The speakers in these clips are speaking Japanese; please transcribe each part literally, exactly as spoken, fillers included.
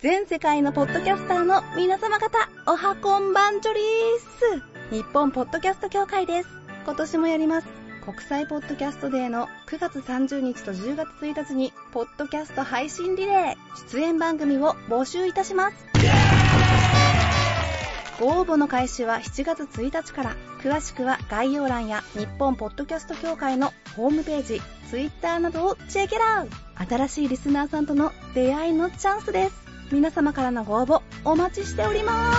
全世界のポッドキャスターの皆様方、おはこんばんちょりーす。日本ポッドキャスト協会です。今年もやります。国際ポッドキャストデーのくがつさんじゅうにちとじゅうがつついたちに、ポッドキャスト配信リレー、出演番組を募集いたします。ご応募の開始はしちがつついたちから。詳しくは概要欄や日本ポッドキャスト協会のホームページ、ツイッターなどをチェックアウト。新しいリスナーさんとの出会いのチャンスです。皆様からのご応募お待ちしております。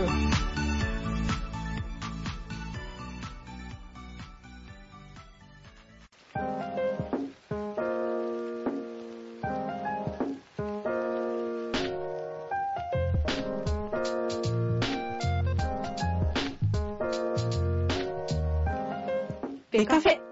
ベカフェ。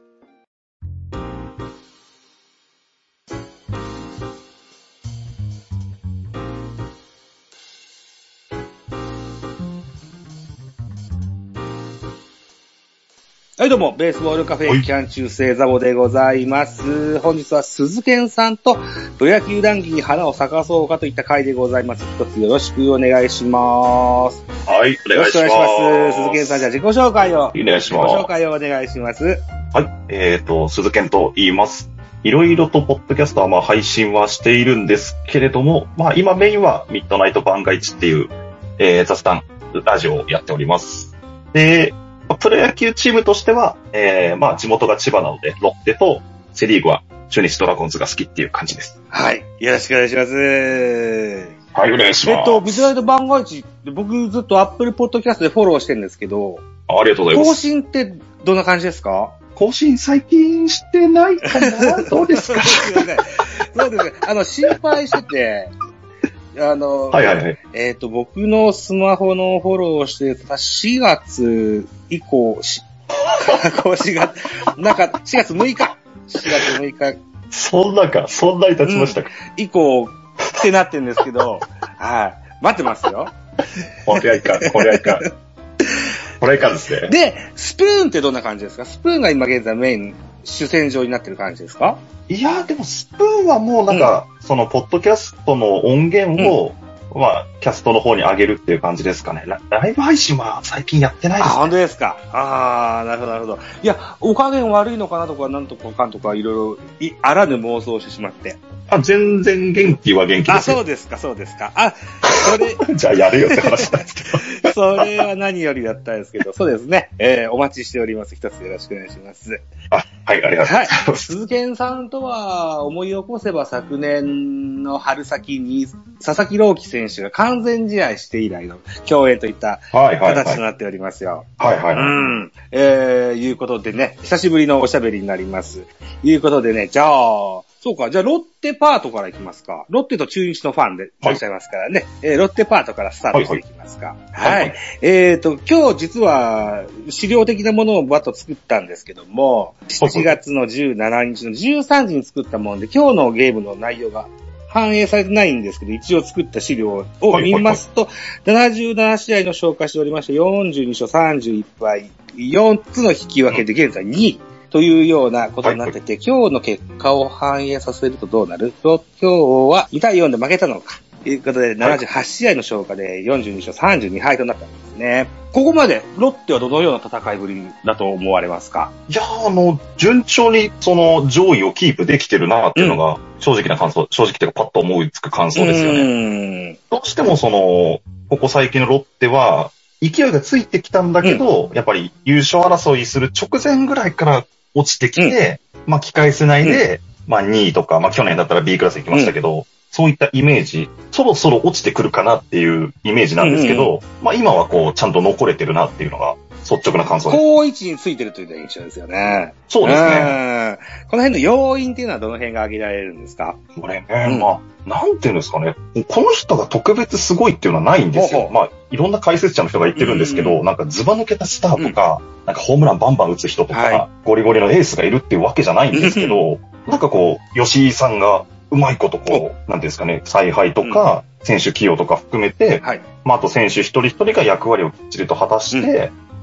はい、どうも、ベースボールカフェキャン中世ザボでございます。本日は鈴健さんとプロ野球談義に花を咲かそうかといった回でございます。一つよろしくお願いします。 はい、お願いします。よろしくお願いします。 鈴健さん、じゃあ自己紹介を。お願いします。 自己紹介をお願いします。 はい、えーと、鈴健と言います。いろいろとポッドキャストはまあ配信はしているんですけれども、まあ今メインはミッドナイト番外地っていう、えー、雑談ラジオをやっております。で、プロ野球チームとしては、えー、まあ地元が千葉なので、ロッテとセリーグは中日ドラゴンズが好きっていう感じです。 はい。よろしくお願いします。 はい、お願いします。 えっと、ミッドナイト番外地、僕ずっとアップルポッドキャストでフォローしてるんですけど、 ありがとうございます。 更新ってどんな感じですか？ 更新最近してないかなどうですか？ そうですね。あの、心配してて、あの、 はいはいはい。 えっと、僕のスマホのフォローをしてたしがつ以降、し、しがつ、なんかしがつむいか、しがつむいか。 そんなか、そんなに経ちましたか。 うん、以降、ってなってるんですけど、はい。待ってますよ。 これはいかん、これはいかん。これはいかんですね。 で、スプーンってどんな感じですか？スプーンが今現在メイン、主戦場になってる感じですか？ いやーでもスプーンはもうなんか、うん、そのポッドキャストの音源を、うん、まあ、キャストの方に上げるっていう感じですかね。ラ, ライブ配信は最近やってないですね。 あ、本当ですか。ああ、なるほどなるほど。いや、お加減悪いのかなとか、なんとかかんとか、いろいろ、あらぬ妄想をしてしまって。 あ、全然元気は元気ですよ。 あ、そうですか、そうですか。あ、それ。 じゃあやるよって話なんですけど。それは何よりだったんですけど、そうですね。えー、お待ちしております。一つよろしくお願いします。 あ、はい、ありがとうございます。はい。 鈴健さんとは思い起こせば昨年の春先に佐々木朗希選手が完全試合して以来の共演といった形となっておりますよ。 はいはいはい。はいはいはい。 うん。えー、いうことでね、久しぶりのおしゃべりになります。いうことでね、じゃあ、そうか、じゃあロッテパートからいきますか。ロッテと中日のファンでいらっしゃいますからね。はい、えー、ロッテパートからスタートしていきますか。はい、はいはい。えーと、今日実は資料的なものをバッと作ったんですけども、しちがつのじゅうしちにちのじゅうさんじに作ったもので、今日のゲームの内容が反映されてないんですけど、一応作った資料を見ますと、ななじゅうななしあいの消化しておりまして、よんじゅうにしょさんじゅういっぱい、よっつの引き分けで現在にい。というようなことになってて、はい、今日の結果を反映させるとどうなる？今日はにたいよんで負けたのか。ということで、ななじゅうはちしあいの消化でよんじゅうにしょさんじゅうにはいとなったんですね。ここまで、ロッテはどのような戦いぶりだと思われますか？ いやー、あの、順調にその上位をキープできてるなっていうのが、正直な感想、うん、正直というかパッと思いつく感想ですよね。うんどうしてもその、ここ最近のロッテは、勢いがついてきたんだけど、うん、やっぱり優勝争いする直前ぐらいから、落ちてきて、うん、まあ、機械世内で、うん、まあ、にいとか、まあ、去年だったら B クラス行きましたけど、うん、そういったイメージ、そろそろ落ちてくるかなっていうイメージなんですけど、うんうん、まあ、今はこう、ちゃんと残れてるなっていうのが、率直な感想です。 高位置についてるという印象ですよね。 そうですね。 この辺の要因っていうのはどの辺が挙げられるんですか？ これね、うん、まあ、なんていうんですかね。この人が特別すごいっていうのはないんですよ。ほうほうまあ、いろんな解説者の人が言ってるんですけど、うん、なんかズバ抜けたスターとか、うん、なんかホームランバンバン打つ人とか、はい、ゴリゴリのエースがいるっていうわけじゃないんですけど、なんかこう、吉井さんがうまいことこう、なんていうんですかね、采配とか、うん、選手起用とか含めて、はい、まあ、あと選手一人一人が役割をきっちりと果たして、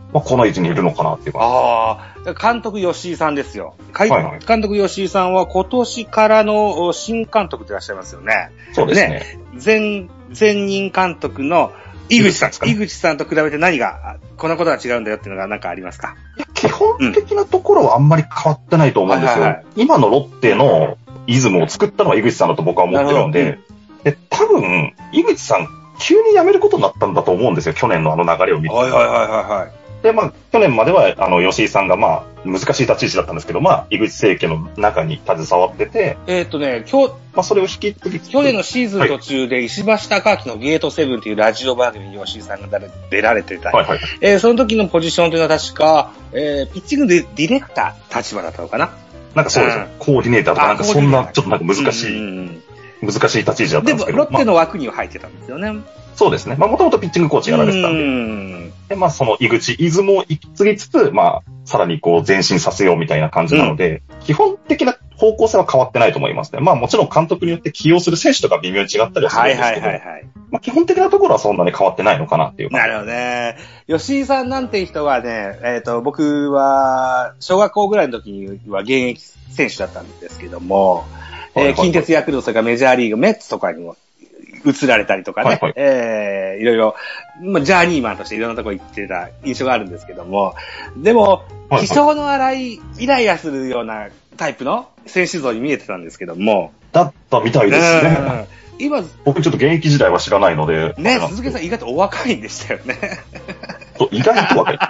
まあ、この位置にいるのかなっていうか。 ああ、監督吉井さんですよ。はいはい、監督吉井さんは今年からの新監督でいらっしゃいますよね。 そうですね。 ね前、前任監督の井口さんですか、ね、井口さんと比べて何が、こんなことが違うんだよっていうのが何かありますか？ いや、基本的なところはあんまり変わってないと思うんですよ。はいはいはい、今のロッテのイズムを作ったのは井口さんだと僕は思ってるんで、で、多分、井口さん、急に辞めることになったんだと思うんですよ、去年のあの流れを見て。 はいはいはいはい。 で、まあ、去年までは、あの、吉井さんが、まあ、難しい立ち位置だったんですけど、まあ、井口政権の中に携わってて、 えっとね、今日、 まあ、それを引き継ぎ去年のシーズン途中で、石橋貴明のゲートセブンっていうラジオ番組に吉井さんが出られてた。はいはい。えー、その時のポジションというのは確か、えー、ピッチングでディレクター立場だったのかな？ なんかそうですよ、うん。コーディネーターとか、なんかそんな、ちょっとなんか難しい、うんうん、難しい立ち位置だったんですけど。 でも、ロッテの枠には入ってたんですよね。 まあ、そうですね。まあ、もともとピッチングコーチやられてたんで。うんで、まあ、その井口、イズムを引き継ぎつつ、まあ、さらにこう前進させようみたいな感じなので、うん、基本的な方向性は変わってないと思いますね。まあ、もちろん監督によって起用する選手とか微妙に違ったりはするんですけど、はいはいはいはい、まあ、基本的なところはそんなに変わってないのかなっていう。 なるほどね。吉井さんなんていう人はね、えっと、僕は、小学校ぐらいの時には現役選手だったんですけども、はいはいはい、えー、近鉄ヤクルト、それからメジャーリーグ、メッツとかにも移られたりとかね、はいはい、えー、いろいろ、まあ、ジャーニーマンとしていろんなところ行ってた印象があるんですけども、でも、気性の荒い、イライラするようなタイプの選手像に見えてたんですけども。 だったみたいですね。 今、 僕ちょっと現役時代は知らないので。 ね、鈴木さん意外とお若いんでしたよね。 意外と若い。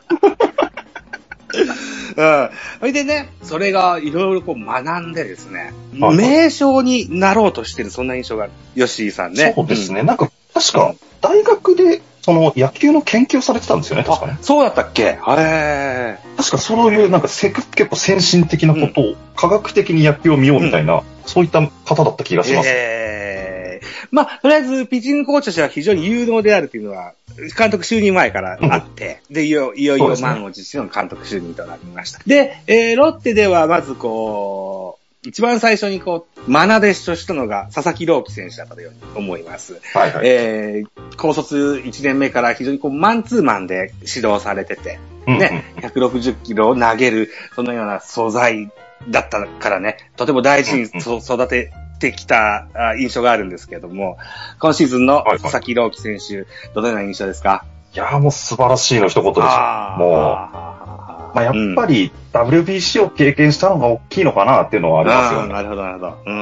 うん。それでね、それがいろいろこう学んでですね、はい、名将になろうとしてる、そんな印象がある。吉井さんね。 そうですね。うん、なんか、確か、大学で、その野球の研究をされてたんですよね、確かね。 そうだったっけ？へー。 確かそういう、なんかせく、結構先進的なことを、うん、科学的に野球を見ようみたいな、うん、そういった方だった気がします。 へー。まあ、とりあえず、ピッチングコーチとしては非常に有能であるというのは、監督就任前からあって、うん、で、いよいよいよ満を持しての監督就任となりました。で、えー、ロッテではまずこう、一番最初にこう、愛弟子としたのが佐々木朗希選手だったというふうに思います。はいはい。えー、高卒いちねんめから非常にこう、マンツーマンで指導されてて、うんうん、ね、ひゃくろくじゅっキロを投げる、そのような素材だったからね、とても大事に育ててきた印象があるんですけれども、今シーズンの佐々木朗希選手、はいはい、どのような印象ですか？ いやーもう素晴らしいの一言でしょ。もう。まあ、やっぱり ダブリュービーシー を経験したのが大きいのかなっていうのはありますよね。 なるほど、なるほど。うん。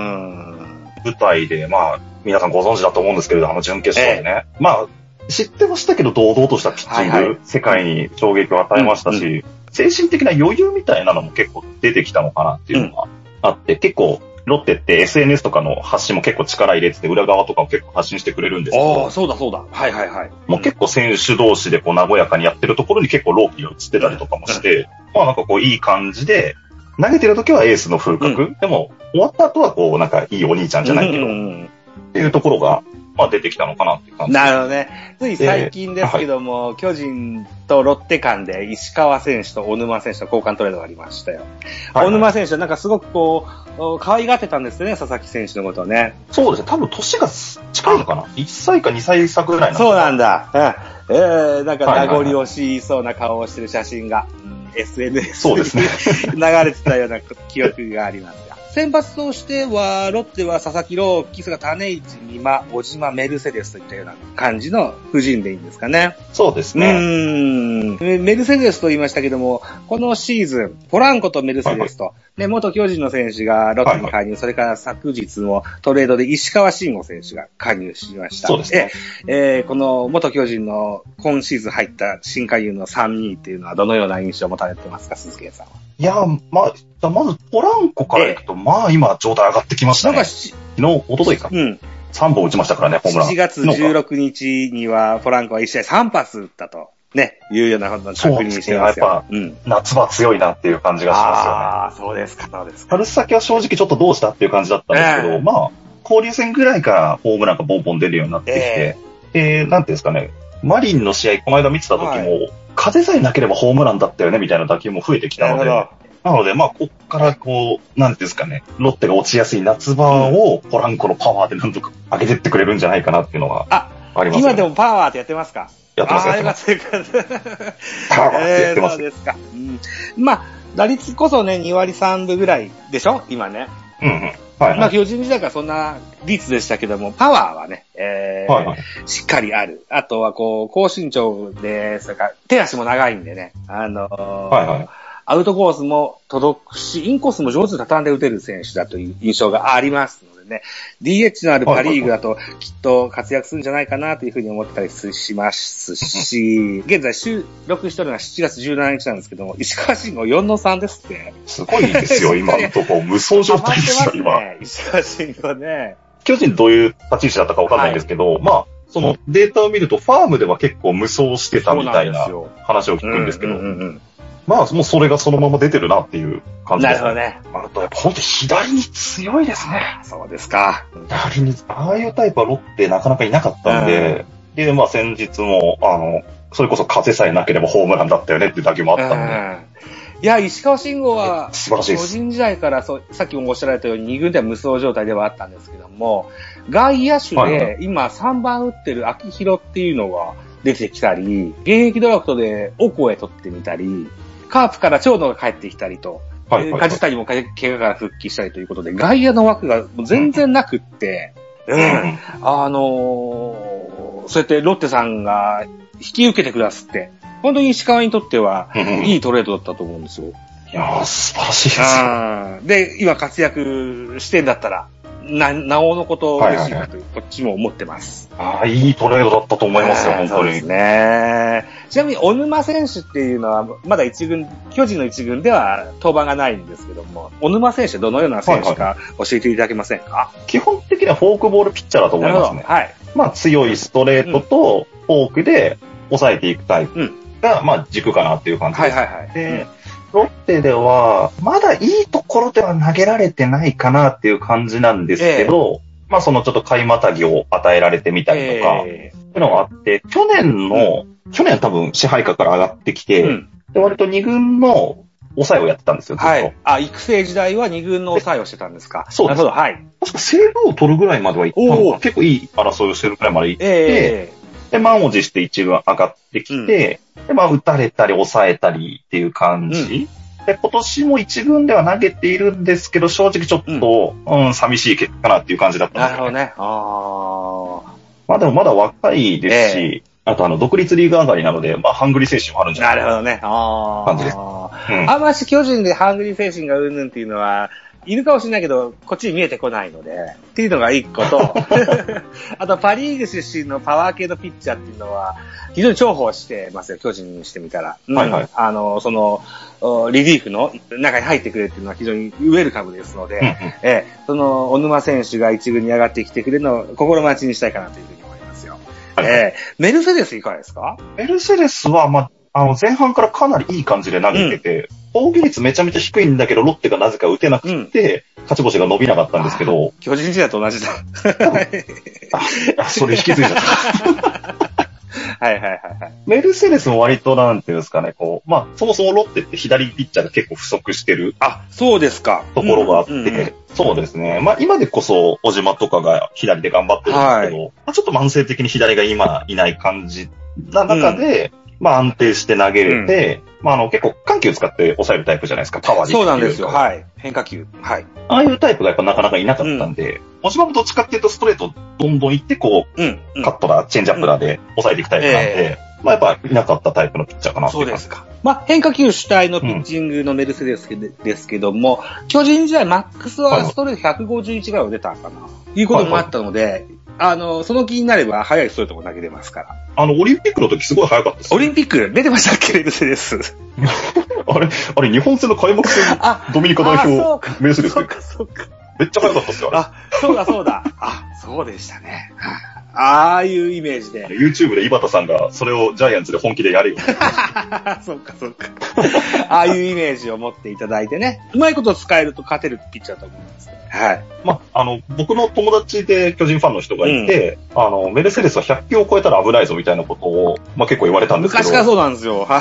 舞台で、まあ、皆さんご存知だと思うんですけれど、あの準決勝でね。えー、まあ、知ってましたけど、堂々としたピッチング、はいはい、世界に衝撃を与えましたし、うんうん、精神的な余裕みたいなのも結構出てきたのかなっていうのがあって、うん、結構、ロッテって エスエヌエス とかの発信も結構力入れてて、裏側とかを結構発信してくれるんですけど。 ああ、そうだそうだ。はいはいはい。 もう結構選手同士でこう和やかにやってるところに結構朗希が映ってたりとかもして、うん、まあなんかこういい感じで、投げてる時はエースの風格、うん、でも終わった後はこうなんかいいお兄ちゃんじゃないけど、うんうんうん、っていうところが、まあ出てきたのかなっていう感じ。 なるほどね。つい最近ですけども、えーはい、巨人とロッテ間で石川選手と小沼選手と交換トレードがありましたよ。はいはい、小沼選手はなんかすごくこう、可愛がってたんですよね、佐々木選手のことをね。 そうですね。多分年が近いのかな ?いっさいかにさい差ぐらいなんです。 そうなんだ。うん、えー、なんか名残惜しそうな顔をしてる写真が、うん、エスエヌエスそうですね。 流れてたような記憶があります。先発としては、ロッテは佐々木朗希、それから種市、美馬、小島、メルセデスといったような感じの布陣でいいんですかね。 そうですね。 うーん。メルセデスと言いましたけども、このシーズン、ポランコとメルセデスと、はいはい、ね、元巨人の選手がロッテに加入、はいはい、それから昨日もトレードで石川慎吾選手が加入しました。 そうですね。 えー、この元巨人の今シーズン入った新加入のさんにんっていうのはどのような印象を持たれてますか、鈴木さんは。 いや、まあ、まずポランコからいくと、まあ今状態上がってきましたね。なんか昨日、一昨日か。うん。さんぼん打ちましたからね、ホームラン。 しちがつじゅうろくにちにはポランコはいち試合さん発打ったと、ね、いうようなことを確認していますよ。 やっぱ、うん、夏場強いなっていう感じがしますよね。 ああ、そうですか、そうですか。 春先は正直ちょっとどうしたっていう感じだったんですけど、えー、まあ、交流戦ぐらいからホームランがボンボン出るようになってきて、えー、えー、なんていうんですかね、マリンの試合、この間見てた時も、はい、風さえなければホームランだったよね、みたいな打球も増えてきたので、なので、まあ、こっからこう、なんていうんですかね、ロッテが落ちやすい夏場をポランコのパワーでなんとか上げてってくれるんじゃないかなっていうのがあります、ね、 今でもパワーってやってますか？ やってます。 ああ、よかったよかった。えー、そうですか。うん、まあ、打率こそね、にわりさんぶぐらいでしょ今ね。 うんうん。はい、はい。 まあ、巨人時代からそんな率でしたけども、パワーはね、えー、はいはい、しっかりある。あとはこう、高身長で、それから手足も長いんでね、あのー、はいはい。アウトコースも届くし、インコースも上手に畳んで打てる選手だという印象がありますのでね。ディーエイチ のあるパリーグだときっと活躍するんじゃないかなというふうに思ったりしますし、現在収録してるのはしちがつじゅうしちにちなんですけども、石川慎吾よんのさんですって。 すごいですよ、今のところ。無双状態ですよ、今。 ね、石川慎吾ね。 巨人どういう立ち位置だったかわかんないんですけど、はい、まあ、そのデータを見ると、ファームでは結構無双してたみたいな話を聞くんですけど、うんうんうんうん、まあ、もうそれがそのまま出てるなっていう感じです、ね。 なるほどね。 あと、やっぱ本当に左に強いですね。 そうですか。 左に、ああいうタイプはロッテなかなかいなかったんで、うん、で、まあ先日も、あの、それこそ風さえなければホームランだったよねっていう打球もあったんで。うん、 いや、石川慎吾は、 素晴らしいです。 巨人時代からそう、さっきもおっしゃられたようにに軍では無双状態ではあったんですけども、外野手で今さんばん打ってる秋広っていうのが出てきたり、現役ドラフトでオコエ取ってみたり、カープから長野が帰ってきたりと、はいはいはい、梶谷も怪我から復帰したりということで、外野の枠が全然なくって、うんうん、あのー、そうやってロッテさんが引き受けてくださって、本当に石川にとっては、いいトレードだったと思うんですよ。 いやー、素晴らしいですよ。 で、今活躍してんだったら、な、なおのこと嬉しいなと、こっちも思ってます。 ああ、いいトレードだったと思いますよ、本当に。 そうですね。ちなみに、小沼選手っていうのは、まだ一軍、巨人の一軍では登板がないんですけども、小沼選手どのような選手か教えていただけませんか？はいはい、 基本的にはフォークボールピッチャーだと思いますね。はい。まあ、強いストレートとフォークで抑えていくタイプが、うん、まあ、軸かなっていう感じです。はいはいはい。で、うんロッテでは、まだいいところでは投げられてないかなっていう感じなんですけど、えー、まあそのちょっと買いまたぎを与えられてみたりとか、えー、っていうのがあって、去年の、うん、去年多分支配下から上がってきて、うん、で割とに軍の抑えをやってたんですよ、ずっと。 はい。あ、育成時代はに軍の抑えをしてたんですか。 そうです。なるほど、はい。確かセーブを取るぐらいまでは行ったのか、結構いい争いをしてるぐらいまで行って、えー、で、満を持していち軍上がってきて、うん、で、まあ打たれたり抑えたりっていう感じ。うんで、今年も一軍では投げているんですけど、正直ちょっと、うん、うん、寂しい結果かなっていう感じだったんですよね。なるほどね。あまあでもまだ若いですし、えー、あとあの、独立リーグ上がりなので、まあ、ハングリー精神もあるんじゃないかな。なるほどね。あ感じです。 うん、あんまし巨人でハングリー精神がうんぬんっていうのは、いるかもしれないけど、こっちに見えてこないので、っていうのが一個と、あとパリーグ出身のパワー系のピッチャーっていうのは、非常に重宝してますよ、巨人にしてみたら。うん、はいはい。あの、その、リリーフの中に入ってくれっていうのは非常にウェルカムですので、うんうん、えその、小沼選手が一軍に上がってきてくれるのを心待ちにしたいかなというふうに思いますよ。はいはい、えー、メルセデスいかがですか？ メルセデスは、まあ、あの、前半からかなりいい感じで投げてて、うん防御率めちゃめちゃ低いんだけど、ロッテがなぜか打てなくて、うん、勝ち星が伸びなかったんですけど。 巨人時代と同じだ。 あ、それ引き継いじゃった。 はいはいはいはい。 メルセデスも割となんていうんですかね、こう、まあ、そもそもロッテって左ピッチャーが結構不足してる。 あ、そうですか。 ところがあって、うんうんうん、そうですね。まあ、今でこそ、小島とかが左で頑張ってるんですけど、はい、まあ、ちょっと慢性的に左が今いない感じな中で、うんまあ安定して投げれて、うん、まああの結構緩急使って抑えるタイプじゃないですか、パワーで。 そうなんですよ。はい。変化球。はい。 ああいうタイプがやっぱなかなかいなかったんで、小島もどっちかっていうとストレートどんどんいってこう、うんうん、カットだ、チェンジアップだで抑えていくタイプなんで、えー、まあやっぱいなかったタイプのピッチャーかなっていう。 そうですか。まあ変化球主体のピッチングのメルセデスですけども、うん、巨人時代マックスはストレートひゃくごじゅういちぐらいは出たかな、はい、いうこともあったので、はいはいあの、その気になれば、速いストレートも投げれますから。 あの、オリンピックの時すごい速かったです、 ね。オリンピック出てましたっけ、メルセデス。 あれ、あれ、日本戦の開幕戦、ドミニカ代表、メルセデス。 そうか、そうか。 めっちゃ速かったっすよ、 あ、そうだ、そうだ。あ、そうでしたね。ああいうイメージで。 YouTube で井端さんが、それをジャイアンツで本気でやるよ。 そうか、そうか。ああいうイメージを持っていただいてね。うまいこと使えると勝てるピッチャーだと思います。はい。 まあ、あの、僕の友達で巨人ファンの人がいて、うん、あの、メルセデスはひゃくきゅうを超えたら危ないぞみたいなことを、まあ結構言われたんですけど。 昔からそうなんですよ。はい。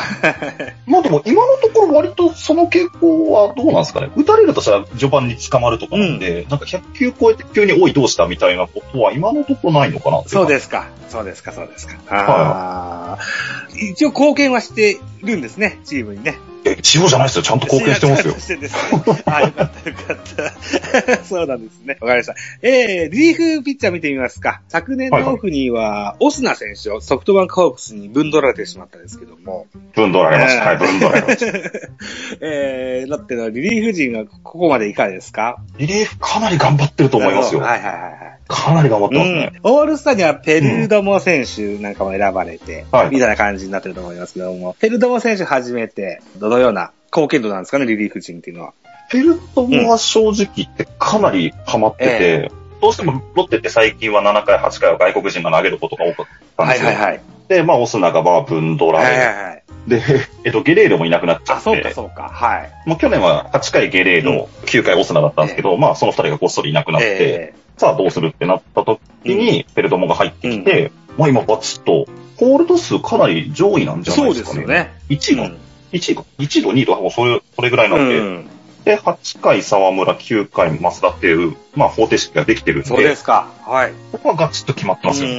まあでも今のところ割とその傾向はどうなんですかね。打たれるとしたら序盤に捕まるとかなんで、うん、なんかひゃくきゅう超えて急に多いどうしたみたいなことは今のところないのかな。 そうですか。そうですか、そうですか。ああ、一応貢献はしてるんですね、チームにね。 え、一応じゃないですよ。ちゃんと貢献してますよ。 してんですね。あ、よかったよかった。そうなんですね。わかりました。えー、リリーフピッチャー見てみますか。昨年のオフには、オスナ選手をソフトバンクホークスに分取られてしまったんですけども。 分取られました。はい、分取られました。 えー、ロッテのリリーフ陣はここまでいかがですか？ リリーフかなり頑張ってると思いますよ。 はいはいはいはい。 かなり頑張ってますね。 うん、オールスターにはペルドモ選手なんかも選ばれて、 うん、 みたいな感じになってると思いますけども、ペルドモ選手始めて、どのような貢献度なんですかね、リリーフ陣っていうのは。 ペルドモは正直言ってかなりハマってて、えー、どうしてもロッテって最近はななかい、はちかいは外国人が投げることが多かったんですよ。はいはいはい。で、まあ、オスナがまあ分取られ、はいはいはい。で、えっと、ゲレーロもいなくなっちゃって。あ、 そうかそうか。はい。 もう去年ははちかいゲレーロ、うん、きゅうかいオスナだったんですけど、えー、まあ、そのふたりがごっそりいなくなって、えー、さあどうするってなった時に、ペルドモが入ってきて、うん、まあ今バツッと、ホールド数かなり上位なんじゃないですかね。そうですよね。いちいの、うん、いちい、いちいとにいとはもうそれ、それぐらいなんで、うん、で、はちかい沢村、きゅうかい増田っていう、まあ方程式ができてるんで。 そうですか。はい。 ここはガチッと決まってますよ。 うん。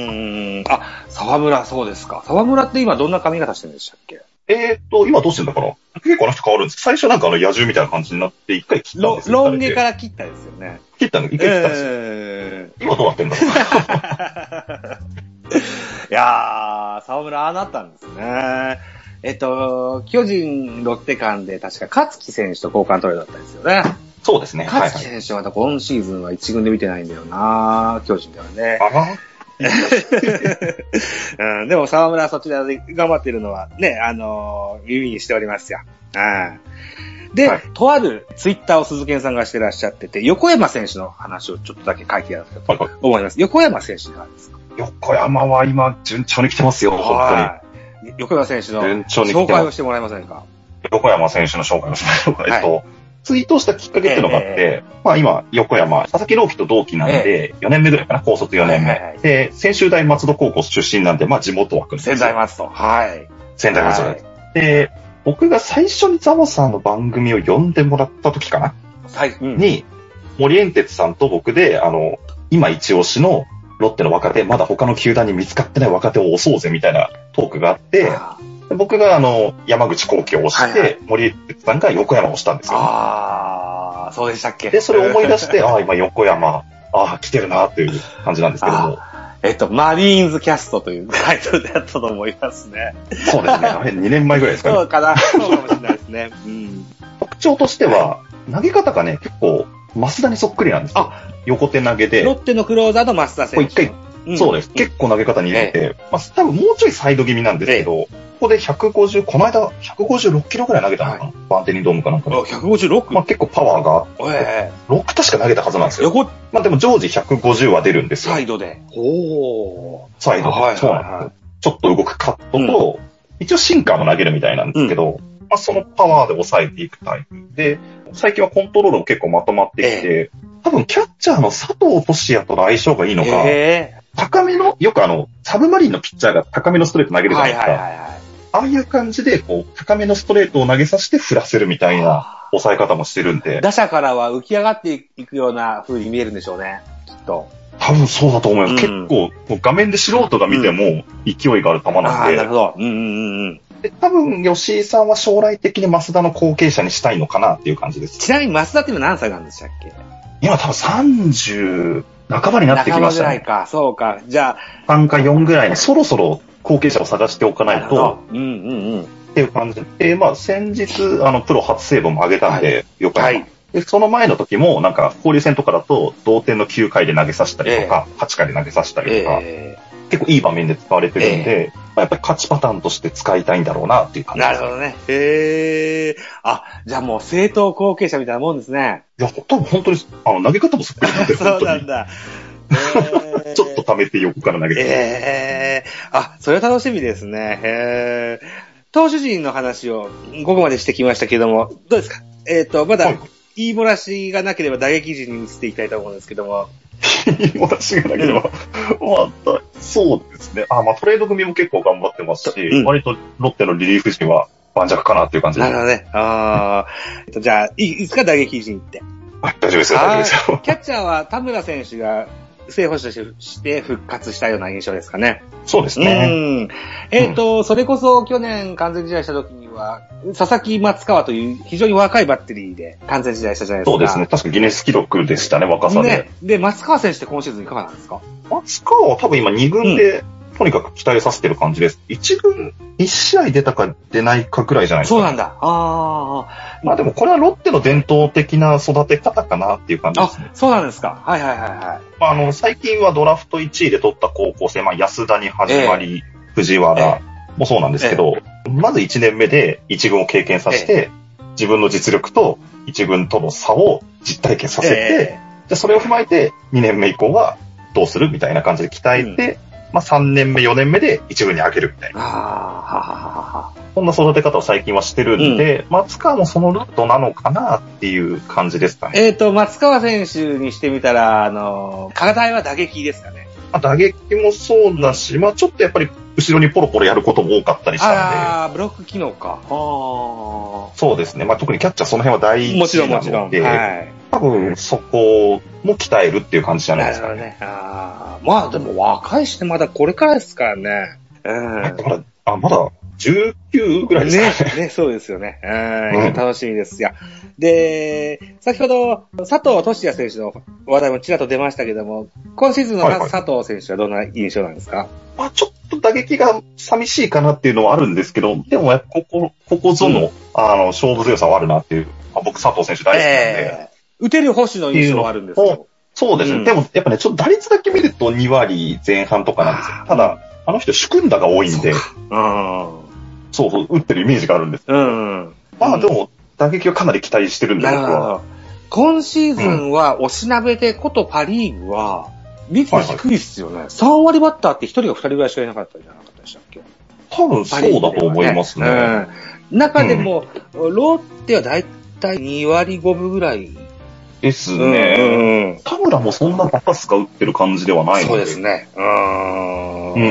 あ、沢村、そうですか。沢村って今どんな髪型してるんでしたっけ？ えーっと、今どうしてんだから結構あの人変わるんです。最初なんかあの野獣みたいな感じになって一回切ったんですよ。 ロン毛から切ったですよね。 切ったの一回切ったんですよ。えー、今どうなってんだろう。 いやー、沢村ああなったんですね。えっと、巨人、ロッテ間で確か勝木選手と交換トレードだったんですよね。 そうですね。 勝木選手は今シーズンは一軍で見てないんだよな、巨人ではね。 あうん、でも沢村はそちらで頑張っているのはね、あのー、耳にしておりますよ。うん、で、はい、とあるツイッターを鈴木さんがしてらっしゃってて、横山選手の話をちょっとだけ書いてあると思います。はい、横山選手なんですか？ 横山は今順調に来てますよ、本当に。横山選手の紹介をしてもらえませんか？ 横山選手の紹介をしましょうか。えっと、はい、ツイートしたきっかけっていうのがあって、えー、まあ今、横山、佐々木朗希と同期なんで、よねんめぐらいかな、高卒よねんめ。はいはいはい、で、専修大松戸高校出身なんで、まあ地元枠ですよ。 仙台松戸。はい。 仙台松戸です。はい、で、僕が最初にザボさんの番組を呼んでもらった時かな、はい、うん、に、森エンテツさんと僕で、あの、今一押しのロッテの若手、まだ他の球団に見つかってない若手を押そうぜみたいなトークがあって、僕があの、山口幸喜を押して、はいはい、森エンテツさんが横山を押したんですよ。 ああ、そうでしたっけ？ で、それを思い出して、ああ、今横山、ああ、来てるなっていう感じなんですけども。 えっと、マリーンズキャストというタイトルでやったと思いますね。 そうですね。あれにねんまえぐらいですかね。 そうかな。そうかもしれないですね。うん、 特徴としては、投げ方がね、結構、増田にそっくりなんですよ。横手投げで。 ロッテのクローザーの増田選手。 一回、うん、そうです。結構投げ方に入れて、ええ、まあ、多分もうちょいサイド気味なんですけど、ええ、ここでひゃくごじゅう、この間ひゃくごじゅうろっキロぐらい投げたのかな、はい、バンテリンドームかなんかで。 ひゃくごじゅうろく? まあ結構パワーがあって、ええ、ろく確か投げたはずなんですよ。横まあでも常時ひゃくごじゅうは出るんですよ。 サイドで。おー。 サイドで。はいはいはい、そうなんです。ちょっと動くカットと、うん、一応シンカーも投げるみたいなんですけど、うん、まあそのパワーで抑えていくタイプで、最近はコントロールも結構まとまってきて、ええ、多分キャッチャーの佐藤俊也との相性がいいのか、ええ、高めの、よくあの、サブマリンのピッチャーが高めのストレート投げるじゃないですか。はいはいはいはい、ああいう感じで、こう、高めのストレートを投げさせて振らせるみたいな抑え方もしてるんで。 打者からは浮き上がっていくような風に見えるんでしょうね、きっと。 多分そうだと思います。うん、結構、画面で素人が見ても勢いがある球なんで。うん、ああ、 なるほど。うんうんうん。 で、多分、吉井さんは将来的に増田の後継者にしたいのかなっていう感じです。 ちなみに増田って今何歳なんでしたっけ？ 今多分さんじゅう半ばになってきましたね。 半ばぐらいか。そうか。じゃあ。 さんかよんぐらいにそろそろ後継者を探しておかないと。 うんうんうん。 っていう感じで、まあ先日、あの、プロ初セーブも上げたんで、よかった。はい。で、その前の時も、なんか、交流戦とかだと、同点のきゅうかいで投げさせたりとか、えー、はちかいで投げさせたりとか、えー、結構いい場面で使われてるんで、えーまあ、やっぱり勝ちパターンとして使いたいんだろうなっていう感じです。 なるほどね。へえ。あ、じゃあもう正統後継者みたいなもんですね。 いや、多分本当に、あの、投げ方もそっくりなんで、 そうなんだ。 えー、ちょっと溜めて横から投げて。 えー、あ、それは楽しみですね。へー。投手陣の話をここまでしてきましたけども、どうですか？えっと、まだ、はい、言い漏らしがなければ打撃陣に移っていきたいと思うんですけども。 言い漏らしがなければ、また、そうですね。あ、まあトレード組も結構頑張ってますし、うん、割とロッテのリリーフ陣は盤石かなっていう感じです。 なるほどね。あえっと、じゃあ、いいですか、打撃陣って。 あ、大丈夫ですよ、大丈夫ですよ。 キャッチャーは田村選手が正捕手として復活したような印象ですかね。 そうですね。 うん。えっ、ー、と、うん、それこそ去年完全試合した時には、佐々木松川という非常に若いバッテリーで完全試合したじゃないですか。 そうですね。確かギネス記録でしたね、若さで。ね。 で、松川選手って今シーズンいかがなんですか？ 松川は多分今に軍で、うんとにかく期待させてる感じです。一軍、一試合出たか出ないかくらいじゃないですか、ね。 そうなんだ。ああ。まあでもこれはロッテの伝統的な育て方かなっていう感じですね。 あ、そうなんですか。はいはいはいはい。 まああの、最近はドラフトいちいで取った高校生、まあ安田に始まり、えー、藤原もそうなんですけど、えー、まずいちねんめで一軍を経験させて、えー、自分の実力と一軍との差を実体験させて、えー、じゃそれを踏まえてにねんめ以降はどうするみたいな感じで鍛えて、うんまあさんねんめ、よねんめで一軍に上げるみたいな。ああ、はははは。そんな育て方を最近はしてるんで、うん、松川もそのルートなのかなっていう感じですかね。 えっ、ー、と、松川選手にしてみたら、あの、課題は打撃ですかね。 まあ、打撃もそうだし、まあちょっとやっぱり後ろにポロポロやることも多かったりしたんで。 ああ、ブロック機能か。あそうですね。まあ特にキャッチャーその辺は大事なので。もちろんもちろん。はい。多分そこも鍛えるっていう感じじゃないですか、ね。なるほどね。 あまあでも若いしね、まだこれからですからね。 うん。だから、あ、まだじゅうきゅうぐらいですかね。 ね、ね、そうですよね。うん、楽しみです。いや。で、先ほど佐藤俊也選手の話題もちらっと出ましたけども、今シーズンの佐藤選手はどんな印象なんですか？はいはい、 まあちょっと打撃が寂しいかなっていうのはあるんですけど、でもやっぱここ、ここぞの、うん、あの、勝負強さはあるなっていう。僕佐藤選手大好きなんで。 えー打てる保守の印象はあるんですよ。 そうですね、うん。でも、やっぱね、ちょっと打率だけ見るとに割前半とかなんですよ。ただ、あの人、主君打が多いんで、そうそうそう、打ってるイメージがあるんですけど。うん、まあでも、打撃はかなり期待してるんで、僕は。 今シーズンは、おしなべでことパリーグは、率低いっすよね、はいはい。さん割バッターってひとりがふたりぐらいしかいなかったんじゃなかったでしたっけ？ 多分そうだと思いますね。ねうん、中でも、うん、ロッテはだいたいに割ごぶぐらい。 ですね。うんうん、田村もそんなバタスカ打ってる感じではないので。 そうですね。うーん。うん。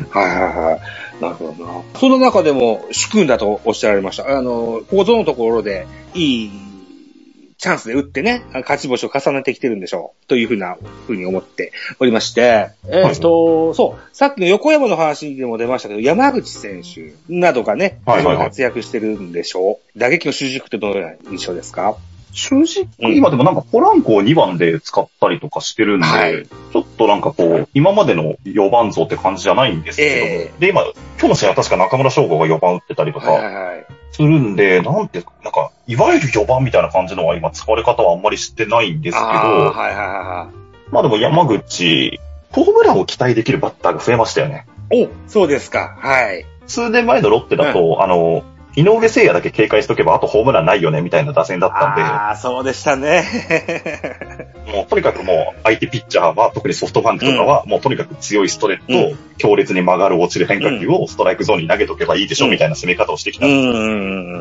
はいはいはい。なるほどな。その中でも、主君だとおっしゃられました。あの、ここぞのところで、いいチャンスで打ってね、勝ち星を重ねてきてるんでしょう。というふうな、ふうに思っておりまして。えー、っと、はい、そう、さっきの横山の話でも出ましたけど、山口選手などがね、非常に活躍してるんでしょう。はいはいはい、打撃の主軸ってどのような印象ですか？ 正直、今でもなんかポランコをにばんで使ったりとかしてるんで、はい、ちょっとなんかこう、今までのよばん像って感じじゃないんですけども、えー、で、今、今日の試合は確か中村翔吾がよばん打ってたりとか、するんで、なんて、なんか、いわゆるよばんみたいな感じのは今使われ方はあんまりしてないんですけど、はいはいはい、まあでも山口、ホームランを期待できるバッターが増えましたよね。 お、そうですか。はい。 数年前のロッテだと、うん、あの、井上誠也だけ警戒しとけば、あとホームランないよね、みたいな打線だったんで。 ああ、そうでしたね。 もう、とにかくもう、相手ピッチャーは、特にソフトバンクとかは、うん、もうとにかく強いストレート、うん、強烈に曲がる落ちる変化球をストライクゾーンに投げとけばいいでしょ、うん、みたいな攻め方をしてきたんですよ。うん、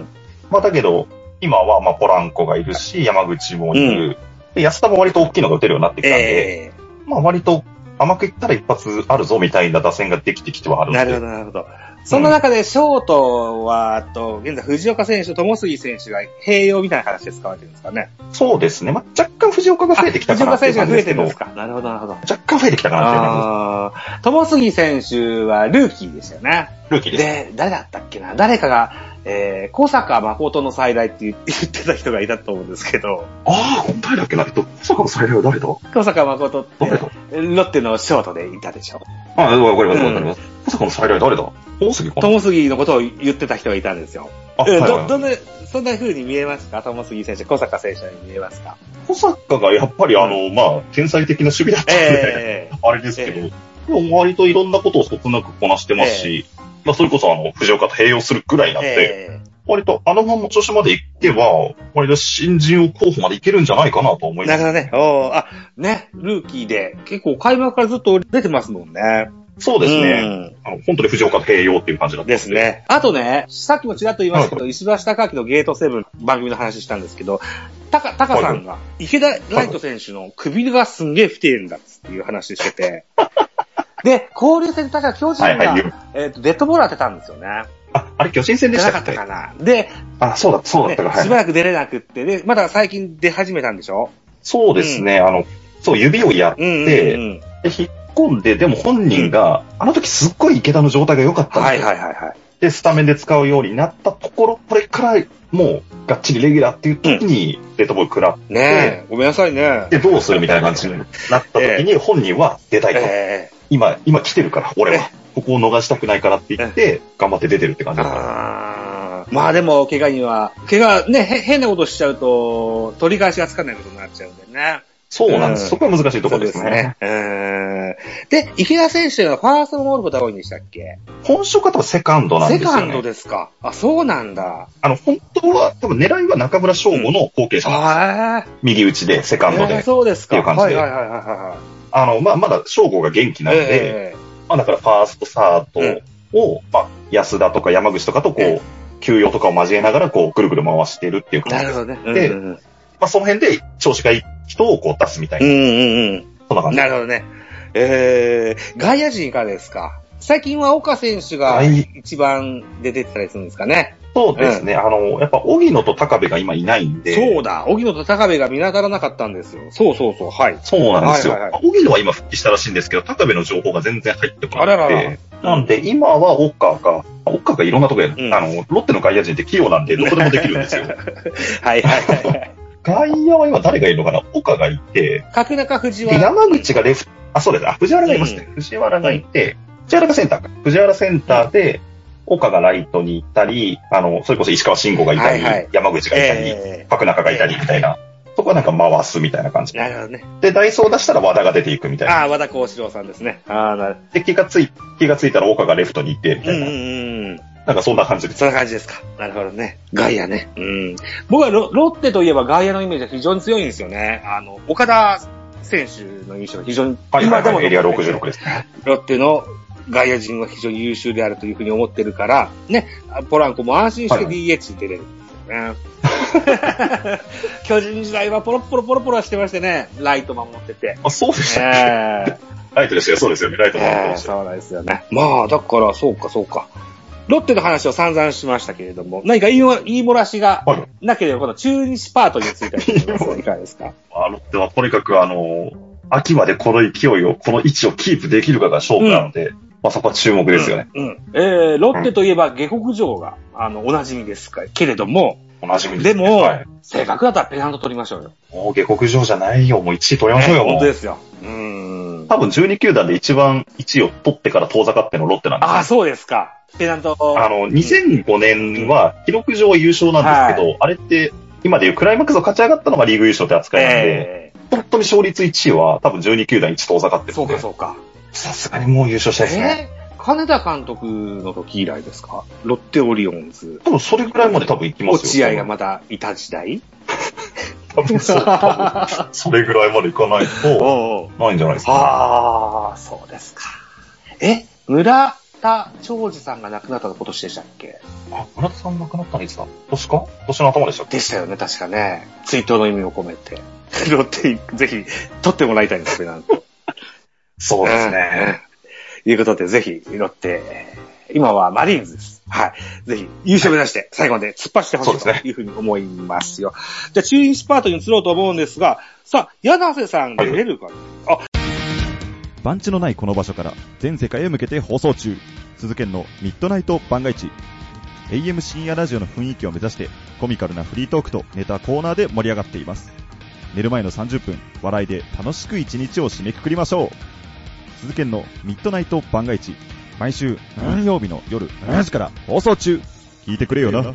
まあ、だけど、今は、まあ、ポランコがいるし、山口もいる。うん、で安田も割と大きいのが打てるようになってきたんで、えー、まあ、割と甘くいったら一発あるぞ、みたいな打線ができてきてはあるので。 なるほど、なるほど。その中で、ショートは、と、現在、藤岡選手と友杉選手が併用みたいな話で使われてるんですかね。 そうですね。まあ、若干藤岡が増えてきたかなっていう感じですけど。 藤岡選手が増えてるんですか。なるほど、なるほど。 若干増えてきたかなっていう感じです。 友杉選手はルーキーでしたよね。 ルーキーです。 で、誰だったっけな。誰かが、えー、小坂誠の再来って言ってた人がいたと思うんですけど。 ああ、誰だっけな。えっと、小坂の再来は誰だ？ 小坂誠って、ロッテのショートでいたでしょ。 ああ、わかります、わかります。小坂の再来誰だ？友杉かな？ 友杉のことを言ってた人がいたんですよ。あ、はいはいはい、ど、どんな、そんな風に見えますか？友杉選手、小坂選手に見えますか？ 小坂がやっぱりあの、うん、まあ、天才的な守備だったんで、えー、あれですけど、えー、割といろんなことをそつなくこなしてますし、えー、まあ、それこそあの、藤岡と併用するくらいなんで、えー、割とあのまま調子まで行けば、割と新人王候補までいけるんじゃないかなと思います。 なるほどね。おあ、ね、ルーキーで結構開幕からずっと出てますもんね。 そうですね。うん、あの本当に藤岡と併用っていう感じだったですね。あとね、さっきもちらっと言いましたけど、はい、石橋貴明のゲートセブン番組の話したんですけど、タカ、タカさんが、池田ライト選手の首がすんげえ不定んだっていう話してて、で、交流戦確か巨人が、はいはい、えっと、デッドボール当てたんですよね。 あ、あれ巨人戦でしたっけ？ じゃなかったかな。で、 あ、そうだ、そうだったか、 ね、はい。しばらく出れなくって、で、まだ最近出始めたんでしょ？ そうですね、うん、あの、 そう、指をやって、うんうんうん、で、引っ込んで、でも本人が、うん、あの時すっごい池田の状態が良かったんですよ。はいはいはいはい。で、スタメンで使うようになったところ、これからもう、がっちりレギュラーっていう時に、デッドボール食らって、うん、 ねえ、ごめんなさいね。 で、どうするみたいな感じになった時に、本人は出たいと。えー、今、今来てるから、俺は。ここを逃したくないからって言って、頑張って出てるって感じだった。 あまあでも、怪我には、怪我ね、変なことしちゃうと、取り返しがつかないことになっちゃうんでね。 そうなんです。うん、そこは難しいところですね。 そうですね。うん。で、池田選手はファーストを守ることが多いんでしたっけ？ 本職は多分セカンドなんですよね。 セカンドですか。あ、そうなんだ。 あの、本当は、多分狙いは中村翔吾の後継者なんですよ。うん、右打ちで、セカンドで。 えー、そうですか。 っていう感じで。 はいはいはいはい。 あの、まあ、まだ翔吾が元気なんで、えー、まあ、だからファースト、サードを、うん、まあ、安田とか山口とかとこう、えー、休養とかを交えながら、こう、ぐるぐる回してるっていう感じで。なるほどね。で、うんうん、まあ、その辺で調子がいい人をこう出すみたいな。うんうんうん。そんな感じ。 なるほどね。えー、外野陣いかがですか？最近は岡選手が一番出てたりするんですかね。 そうですね。うん、あの、やっぱ、荻野と高部が今いないんで。 そうだ。荻野と高部が見当たらなかったんですよ。そうそうそう。はい。 そうなんですよ。荻、はいはい、野は今復帰したらしいんですけど、高部の情報が全然入ってこなくて。あららら。なんで、今は岡が、岡がいろんなところで、うん、あの、ロッテの外野陣って器用なんで、どこでもできるんですよ。 はいはいはい。 外野は今誰がいるのかな？岡がいて。 角中藤原。 山口がレフト、あ、そうです。あ、藤原がいますね。うん、藤原がいて、藤原がセンターか。藤原センターで、岡がライトに行ったり、あの、それこそ石川慎吾がいたり、はいはい、山口がいたり、えー、角中がいたりみたいな、えー、そこはなんか回すみたいな感じ。 なるほどね。 で、ダイソーを出したら和田が出ていくみたいな。 ああ、和田幸四郎さんですね。ああ、なるで、気がつい、気がついたら岡がレフトに行って、みたいな。うんうんうん。なんかそんな感じです。 そんな感じですか。なるほどね。外野ね。うん。僕は ロ, ロッテといえば外野のイメージが非常に強いんですよね。あの、岡田選手の印象が非常に、 はいはいはい、今でもエリアろくじゅうろくですね。 ロッテの外野陣は非常に優秀であるというふうに思ってるから、ね、ポランコも安心して ディーエイチ に出れるんですよね。はい、巨人時代はポロポロポロポロしてましてね、ライト守ってて。 あ、そうでしたね。えー、ライトですよ、そうですよね、ライト守ってました、 えー。そうなんですよね。まあ、だから、そうか、そうか。ロッテの話を散々しましたけれども、何か言い言い漏らしがなければ、この中日パートについてはいかがですか？ あロッテはとにかくあの、秋までこの勢いを、この位置をキープできるかが勝負なので、うん、まあそこは注目ですよね。 うん。うん、えー、ロッテといえば下克上が、あの、お馴染みですかけれども、 お馴染みです、ね。 でも、はい、せっかくだったらペナント取りましょうよ。 もう下克上じゃないよ。もういちい取りましょうよ。 ね、本当ですよ。うん。 多分じゅうに球団で一番いちいを取ってから遠ざかってのロッテなんですよ。 ああ、そうですか。ペナント。 あの、にせんごねんは記録上優勝なんですけど、はい、あれって、今でいうクライマックスを勝ち上がったのがリーグ優勝って扱いなんで、えー、本当に勝率いちいは多分じゅうに球団いち遠ざかってるんで。 そうか、そうか。 さすがにもう優勝したいですね。 えー、金田監督の時以来ですか？ロッテオリオンズ。 多分それぐらいまで多分行きますよ。 落合がまだいた時代多分そう、多分それぐらいまで行かないと、ないんじゃないですか、ね。 ああ、そうですか。え、村田長治さんが亡くなったの今年でしたっけ？ あ、村田さん亡くなったんですか？年か？年の頭でしたっけ？ でしたよね、確かね。追悼の意味を込めて。ロッテ、ぜひ、取ってもらいたいんですけど。 そうですね。 ということで、ぜひ、ロッテ、今はマリーンズです。はい。ぜひ、優勝目指して、最後まで突っ走ってほしいというふうに思いますよ。すね、じゃあ、中日パートに移ろうと思うんですが、さあ、柳瀬さん出れるかな、はい、あ、 番地のないこの場所から全世界へ向けて放送中。鈴研のミッドナイト番外地。エーエム 深夜ラジオの雰囲気を目指してコミカルなフリートークとネタコーナーで盛り上がっています。寝る前のさんじゅっぷん、笑いで楽しく一日を締めくくりましょう。鈴研のミッドナイト番外地。毎週何曜日の夜しちじから放送中。聞いてくれよな。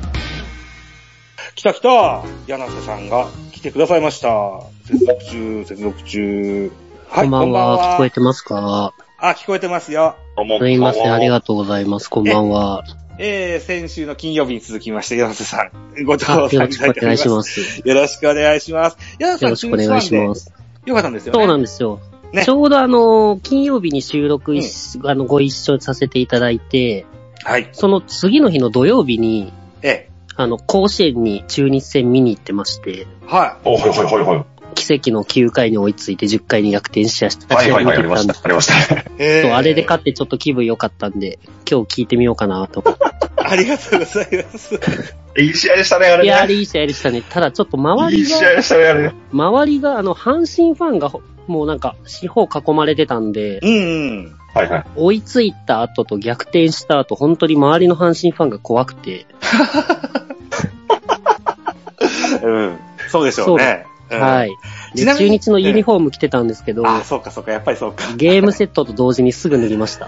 来た来た。柳瀬さんが来てくださいました。接続中、接続中。 はい、こんばんは。聞こえてますか？ あ、聞こえてますよ。 すいません、ありがとうございます。こんばんは。 えー、先週の金曜日に続きまして、柳瀬さん、ご登場いただいております。よろしくお願いします。よろしくお願いします。柳瀬さん、 よろしくお願いします。 よかったんですよね。 そうなんですよ。ね、ちょうどあの、金曜日に収録、うん、あの、ご一緒させていただいて、はい。その次の日の土曜日に、ええ。あの、甲子園に中日戦見に行ってまして、 はい。 おはいはいはいはい。 奇跡のきゅうかいに追いついてじゅっかいに逆転しやした。 はいはいはい、ありました。ありました。 そう、あれで勝ってちょっと気分良かったんで、今日聞いてみようかなと思って。 ありがとうございます。 いい試合でしたね、あれね。 いや、あれいい試合でしたね。ただちょっと周りが、いい試合でしたね、あれね。 周りが、あの、阪神ファンが、もうなんか、四方囲まれてたんで、 うんうん。 はいはい。 追いついた後と逆転した後、本当に周りの阪神ファンが怖くて。 うん。そうでしょうね。 うん、はい。で、中日のユニフォーム着てたんですけど、 あ、そうかそうか、やっぱりそうか。 ゲームセットと同時にすぐ脱ぎました。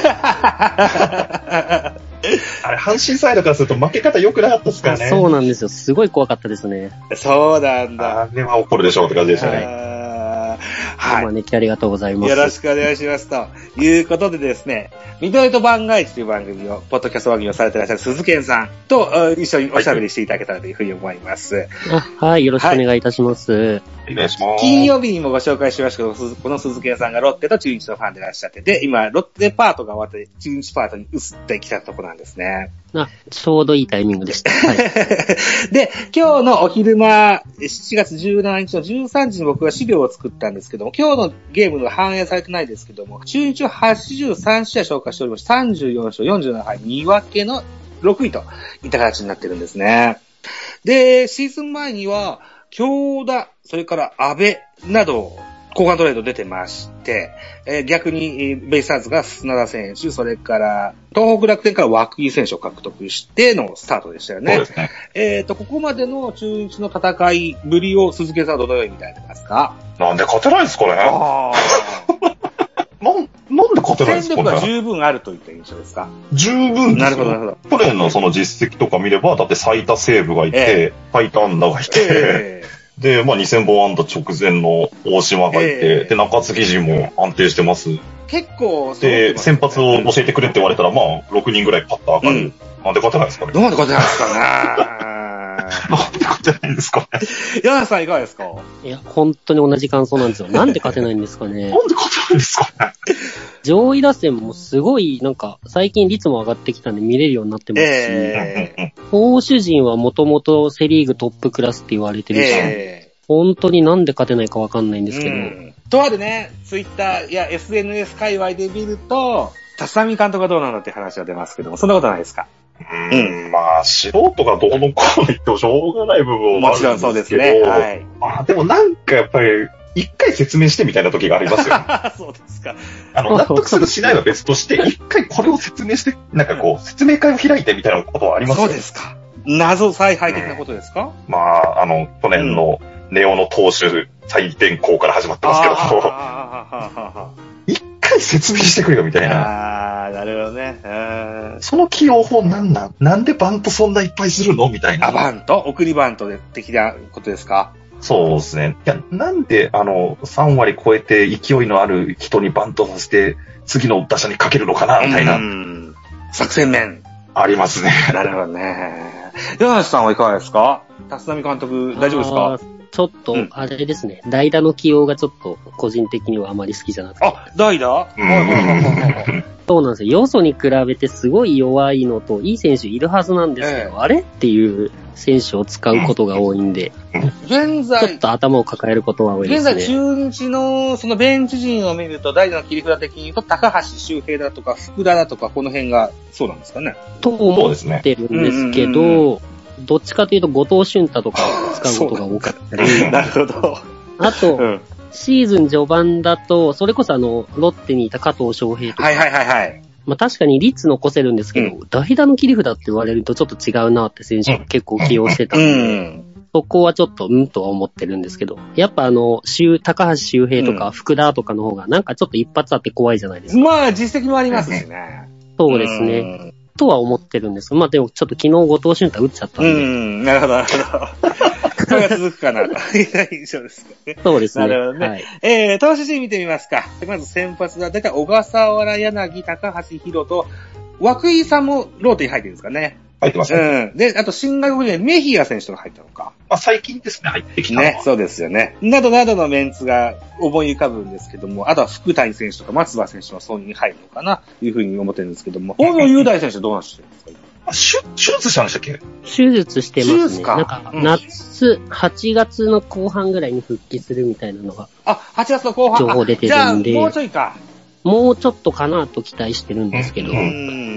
あれ、阪神サイドからすると負け方良くなかったですからね。 そうなんですよ。すごい怖かったですね。 そうなんだ。 あれは怒るでしょうって感じでしたね。 はい。お招きありがとうございます。 よろしくお願いします。ということでですね、ミッドナイト番外地という番組を、ポッドキャスト番組をされていらっしゃる鈴賢さんと一緒におしゃべりしていただけたらというふうに思います。 あ、はい、よろしくお願いいたします。はい、 お願いします。 金曜日にもご紹介しましたけど、この鈴賢さんがロッテと中日のファンでいらっしゃってて、今、ロッテパートが終わって中日パートに移ってきたところなんですね。 あ、ちょうどいいタイミングでした。はい。 で、今日のお昼間、しちがつじゅうしちにちのじゅうさんじに僕は資料を作ったんですけども、今日のゲームが反映されてないですけども、中日ははちじゅうさんしあ消化しておりまして、さんじゅうよんしょうよんじゅうななはいに分けのろくいといった形になってるんですね。で、シーズン前には、京田、それから安倍など、交換トレード出てまして、えー、逆にベイスターズが砂田選手、それから東北楽天から涌井選手を獲得してのスタートでしたよね。 そうですね。 えっと、ここまでの中日の戦いぶりを鈴木さんはどのように見られてますか？ なんで勝てないんですかね。あなん、なんで勝てないんですかね。 戦力が十分あるといった印象ですか？ 十分ですよ。 なるほど、なるほど。 去年のその実績とか見れば、だって最多セーブがいて、えー、最多安打がいて、えーで、まあ、にせんぼん安打直前の大島がいて、えー、で、中継ぎ陣も安定してます。 結構、 で、先発を教えてくれって言われたら、まあ、ろくにんぐらいパッと上がる。うん、なんで勝てないですかね。 なんで勝てないですかね。 なんで勝てないんですかね。 柳井さんいかがですか？ いや、本当に同じ感想なんですよ。なんで勝てないんですかね。 なんで勝てないんですかね。 上位打線もすごい、なんか、最近率も上がってきたんで見れるようになってますし、えー、投手陣はもともとセリーグトップクラスって言われてるし、えー、本当になんで勝てないかわかんないんですけど。うん、 とあるね、ツイッターや エスエヌエス 界隈で見ると、立浪監督がどうなんだって話が出ますけども、そんなことないですか？ うーん、まあ、素人がどうのこうの言ってもしょうがない部分もあるんですけど。もちろんそうですね。はい。まあ、でもなんかやっぱり、一回説明してみたいな時がありますよ。 そうですか。 あの、納得するしないは別として、一回これを説明して、なんかこう、説明会を開いてみたいなことはありますよ。 そうですか。謎采配的なことですか？ うん、まあ、あの、去年のネオの投手再転校から始まってますけど、一回説明してくれよみたいな。 ああ、なるほどね。 その起用法なんなんなんでバントそんないっぱいするのみたいな。 あ、バント送りバントで的なことですか？ そうですね。いや、なんで、あの、さんわり超えて勢いのある人にバントさせて、次の打者にかけるのかな、みたいな。うん。 作戦面。 ありますね。 なるほどね。柳橋さんはいかがですか？立浪監督、大丈夫ですか？ ちょっと、あれですね、うん、代打の起用がちょっと、個人的にはあまり好きじゃなくて。 あ、代打？うん。 そうなんですよ。要素に比べてすごい弱いのと、いい選手いるはずなんですけど、ええ、あれっていう選手を使うことが多いんで、 現在、 ちょっと頭を抱えることは多いですね。 現在、中日のそのベンチ陣を見ると、代打の切り札的に言うと、高橋周平だとか、福田だとか、この辺がそうなんですかね。 と思ってるんですけど、どっちかというと、後藤俊太とかを使うことが多かったり。 なるほど。 あと、うん、シーズン序盤だと、それこそあの、ロッテにいた加藤翔平とか。 はいはいはいはい。 まあ確かに率残せるんですけど、うん、代打の切り札って言われるとちょっと違うなって選手を結構起用してたんで、うん、そこはちょっとうんとは思ってるんですけど、やっぱあの、高橋周平とか福田とかの方がなんかちょっと一発あって怖いじゃないですか。 まあ実績もありますしね。 そうですね。うんとは思ってるんです。まあでもちょっと昨日後藤俊太打っちゃったんで。 うん、なるほどなるほど。それが続くかなという印象ですね。 そうですね。 なるほどね。はい、えー、投手陣見てみますか。まず先発はだいたい小笠原、柳、高橋宏と、涌井さんもローテに入ってるんですかね。 入ってますね。 うん。で、あと新外国人メヒア選手とか入ったのか。 まあ最近ですね、入ってきたのは。 ね、そうですよね。などなどのメンツが思い浮かぶんですけども、あとは福谷選手とか松葉選手もそうに入るのかな、というふうに思ってるんですけども、大野雄大選手どうなってるんですか？ あ、手、手術したんでしたっけ？ 手術してますね。 手術か。 なんか、夏、はちがつの後半ぐらいに復帰するみたいなのが。 あ、はちがつの後半。 情報出てるんで。 じゃあ、もうちょいか。 もうちょっとかなと期待してるんですけど。うん。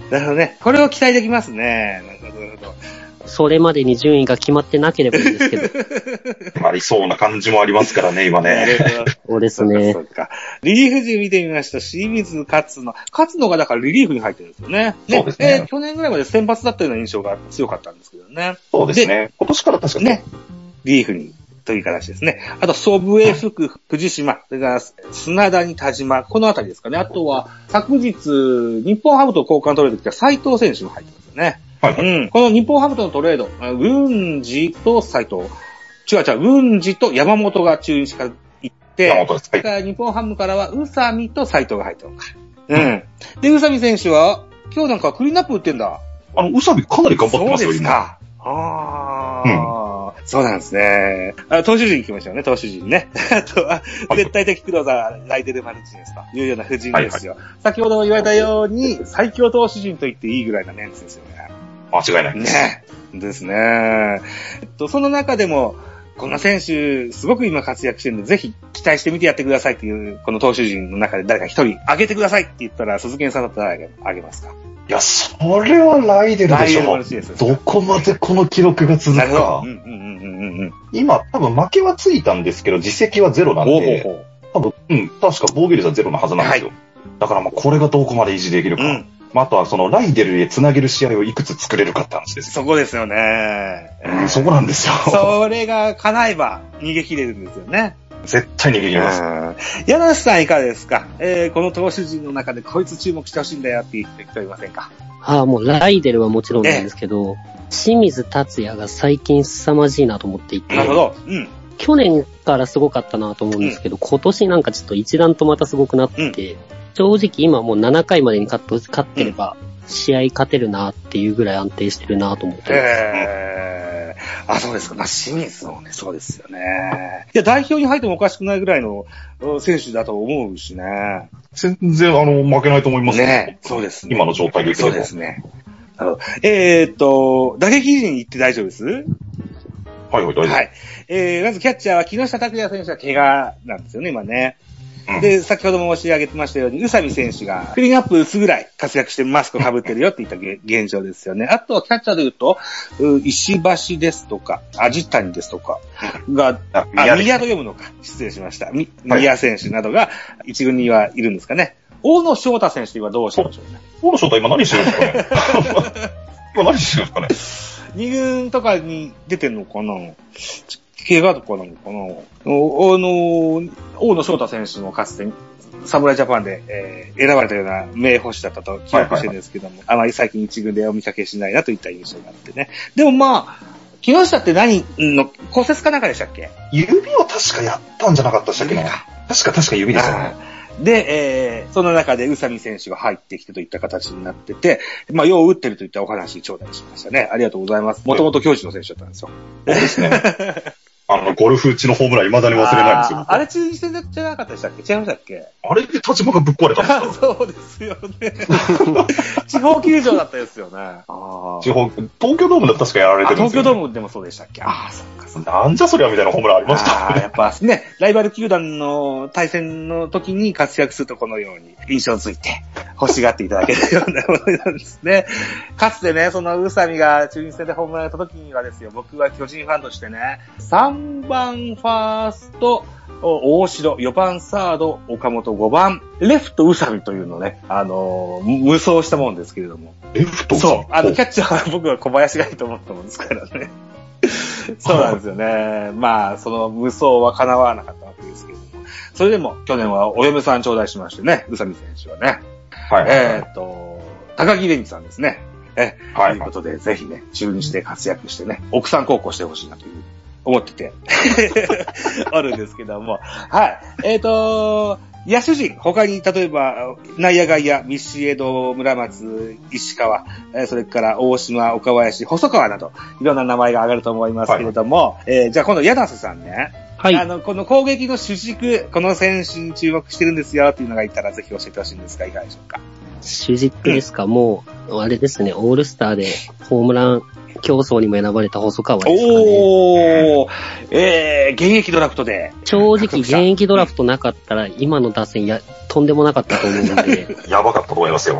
なるほどね。これを期待できますね。なるほど、なるほど。 それまでに順位が決まってなければいいんですけど。 ありそうな感じもありますからね、今ね。 そうですね。 そうか、そうか。リリーフ陣見てみました。清水勝野。勝野がだからリリーフに入ってるんですよね。 そうですね。 えー、去年ぐらいまで先発だったような印象が強かったんですけどね。 そうですね。今年から確かに。 ね。リリーフに。という形ですね。あと、祖父江福、藤島、それから砂谷田島、このあたりですかね。あとは、昨日、日本ハムと交換トレード来た斉藤選手も入ってますよね。はい、うん。この日本ハムとのトレード、ウンジと斉藤。違う違う、ウンジと山本が中日から行って、山本です。はい。から日本ハムからは宇佐美と斉藤が入ったのか。うん。で、宇佐美選手は、今日なんかクリーンアップ打ってんだ。 あの、宇佐美かなり頑張ってますよ、 そうですか。今。ああ。うんそうなんですね。あ、投手陣行きましょうね、投手陣ね。あとは、絶対的クローザー、ライデル・マルチネスというような布陣ですよ。はいはい、先ほども言われたように、最強投手陣と言っていいぐらいなメンツですよね。 間違いないです。 ね。ですね。えっと、その中でも、この選手、すごく今活躍してるんで、ぜひ期待してみてやってくださいっていう、この投手陣の中で誰か一人上げてくださいって言ったら、鈴木さんだったらあげますか？ いや、それはライデルでしょ。どこまでこの記録が続くか。うんうんうんうんうん、今、多分負けはついたんですけど、実績はゼロなんで、ほうほう多分、うん、確か防御率はゼロのはずなんですよ。はい、だからまあ、これがどこまで維持できるか。うんまあ、あとはそのライデルへ繋げる試合をいくつ作れるかって話ですよ。 そこですよね。 うん、そこなんですよ。 それが叶えば逃げ切れるんですよね。 絶対逃げ切れます。 柳瀬さんいかがですか、えー、この投手陣の中でこいつ注目してほしいんだよって言ってくれませんか？ ああ、もうライデルはもちろんなんですけど、清水達也が最近凄まじいなと思っていて。 なるほど。うん。 去年からすごかったなと思うんですけど、うん、今年なんかちょっと一段とまたすごくなって、うん、正直今もうななかいまでに勝ってれば、試合勝てるなっていうぐらい安定してるなと思ってます。 へー。あ、そうですか。まあ、清水もね、そうですよね。いや、代表に入ってもおかしくないぐらいの選手だと思うしね。 全然、あの、負けないと思いますね。 ね。そうですね。 今の状態で言ってそうですね。なるほど。えーっと、打撃陣行って大丈夫です？はいはい、大丈夫。 はい。えー、まずキャッチャーは木下拓也選手は怪我なんですよね、今ね。で、先ほども申し上げてましたように、宇佐美選手がクリーンアップ打つぐらい活躍してマスクを被ってるよって言った現状ですよね。あとはキャッチャーで言うと、石橋ですとか、味谷ですとかが、あ、宮と読むのか。失礼しました。宮選手などが一軍にはいるんですかね。大野翔太選手はどうしたんでしょうね。 大野翔太今何してるんですかね今何してるんですかね二軍とかに出てんのかな怪我とかなのかなあの、大野翔太選手もかつて、侍ジャパンで、えー、選ばれたような名捕手だったと記憶してるんですけども、はいはいはい、あまり最近一軍でお見かけしないなといった印象があってね。でもまあ、木下って何の、骨折かなんかでしたっけ？ 指を確かやったんじゃなかったでしたっけね。確か確か指ですよね。 で、えー、その中で宇佐美選手が入ってきてといった形になってて、まあ、よう打ってるといったお話頂戴しましたね。ありがとうございます。もともと教師の選手だったんですよ。 そうですね。あの、ゴルフ打ちのホームラン未だに忘れないんですよ。 あ, あれ中日戦じゃなかったでしたっけ？違いましたっけ？ あれで立場がぶっ壊れたんですか？そうですよね。地方球場だったですよね。 あ地方、東京ドームで確かやられてるんですよ、ね。 東京ドームでもそうでしたっけ？ああ、そっかそっか。 なんじゃそりゃみたいなホームランありましたね。 あやっぱね、ライバル球団の対戦の時に活躍するとこのように印象づいて欲しがっていただけるようなものなんですね。かつてね、その宇佐美が中日戦でホームランやった時にはですよ、僕は巨人ファンとしてね、さんばんファースト、大城、よばんサード、岡本、ごばん、レフト、宇佐美というのをね、あのー、無双したもんですけれども。 レフト？ そう。あの、キャッチャーは僕は小林がいいと思ったもんですからね。そうなんですよね。まあ、その無双は叶わなかったわけですけれども。それでも、去年はお嫁さん頂戴しましてね、宇佐美選手はね。はい。えーっと、高木蓮司さんですね。え、はい。ということで、ぜひね、中日で活躍してね、奥さん孝行してほしいなという。思ってて、あるんですけども。はい。えっ、ー、と、野手陣、他に例えば、内野外野、ミシエド、村松、石川、えー、それから大島、岡林、細川など、いろんな名前が挙がると思いますけれども、はい、えー、じゃあ今度、柳瀬さんね。はい。あの、この攻撃の主軸、この選手に注目してるんですよっていうのがいたら、ぜひ教えてほしいんですが、いかがでしょうか。 主軸ですか、うん、もう、あれですね、オールスターでホームラン、競争にも選ばれた細川ですかね。おー、 えー、現役ドラフトで。 正直、現役ドラフトなかったら、今の打線や、とんでもなかったと思うので。 やばかったと思いますよ。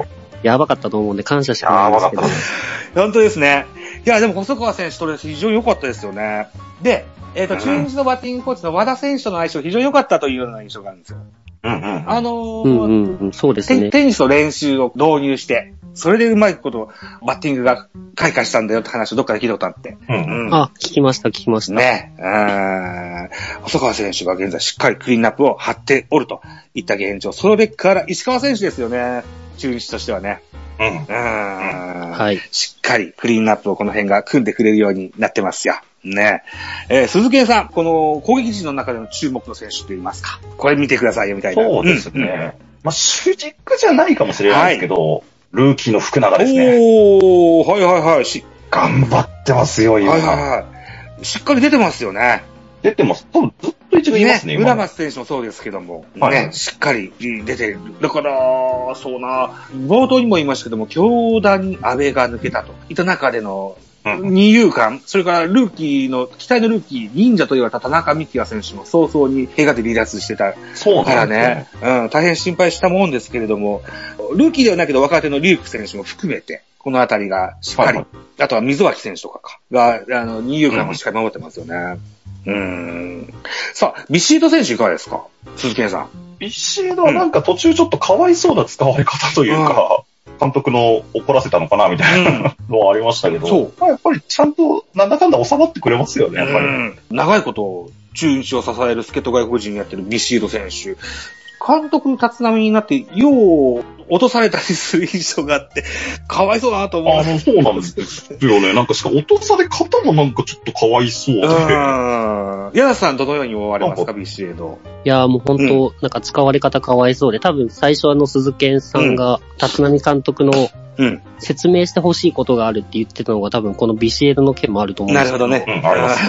やばかったと思うんで感謝しかないんですけど。 本当ですね。いや、でも細川選手とれ非常に良かったですよね。で、えっ、ー、と、中日のバッティングコーチの和田選手との相性非常に良かったというような印象があるんですよ。 うんうん。 あのー、 うんうんうん、そうですね。 テニスの練習を導入して、それでうまいことバッティングが開花したんだよって話をどっかで聞いたことあって。 うんうん、あ、聞きました、聞きました。 ね。うん。細川選手が現在しっかりクリーンナップを張っておるといった現状。そのべから石川選手ですよね。中日としてはね。 うん。うん。 はい。 しっかりクリーンナップをこの辺が組んでくれるようになってますよ。ね。えー、鈴木さん、この攻撃陣の中での注目の選手と言いますか。これ見てくださいよみたいな。 そうですね。うんうん、まあ、主軸じゃないかもしれないですけど、はい、ルーキーの福永ですね。 おー、はいはいはい。し頑張ってますよ、今。 はいはいはい。しっかり出てますよね。 出てます。多分ずっと一軍いますね、 ね、村松選手もそうですけども、はい、ね、しっかり出てる。だから、そうな、冒頭にも言いましたけども、強打に安倍が抜けたといった中での、二遊間、それからルーキーの、期待のルーキー、忍者と言われた田中幹也選手も早々に怪我で離脱してたからね、うねうん、大変心配したもんですけれども、ルーキーではないけど若手のリューク選手も含めて、このあたりがしっかり、はいはい、あとは水脇選手とかか、が、あの、二遊間もしっかり守ってますよね。うん。うんさあ、ビシエド選手いかがですか鈴木さん。 ビシエドはなんか途中ちょっとかわいそうな使われ方というか、うん監督の怒らせたのかなみたいなのはありましたけど、うん、そう。やっぱりちゃんとなんだかんだ収まってくれますよね、やっぱり。うん、 長いこと中日を支える助っ人外国人やってるビシエド選手。監督立浪になって、よう落とされたりする印象があって、かわいそうだなと思う。 あの、そうなんですよね。なんかしか落とされ方もなんかちょっとかわいそうで。うん。 矢田さんどのように思われますか、ビシエド。 いやーもう本当、うん、なんか使われ方かわいそうで、多分最初あの鈴健さんが、立浪監督の、うん、説明してほしいことがあるって言ってたのが多分このビシエドの件もあると思うんですけど。 なるほどね。うん、あります。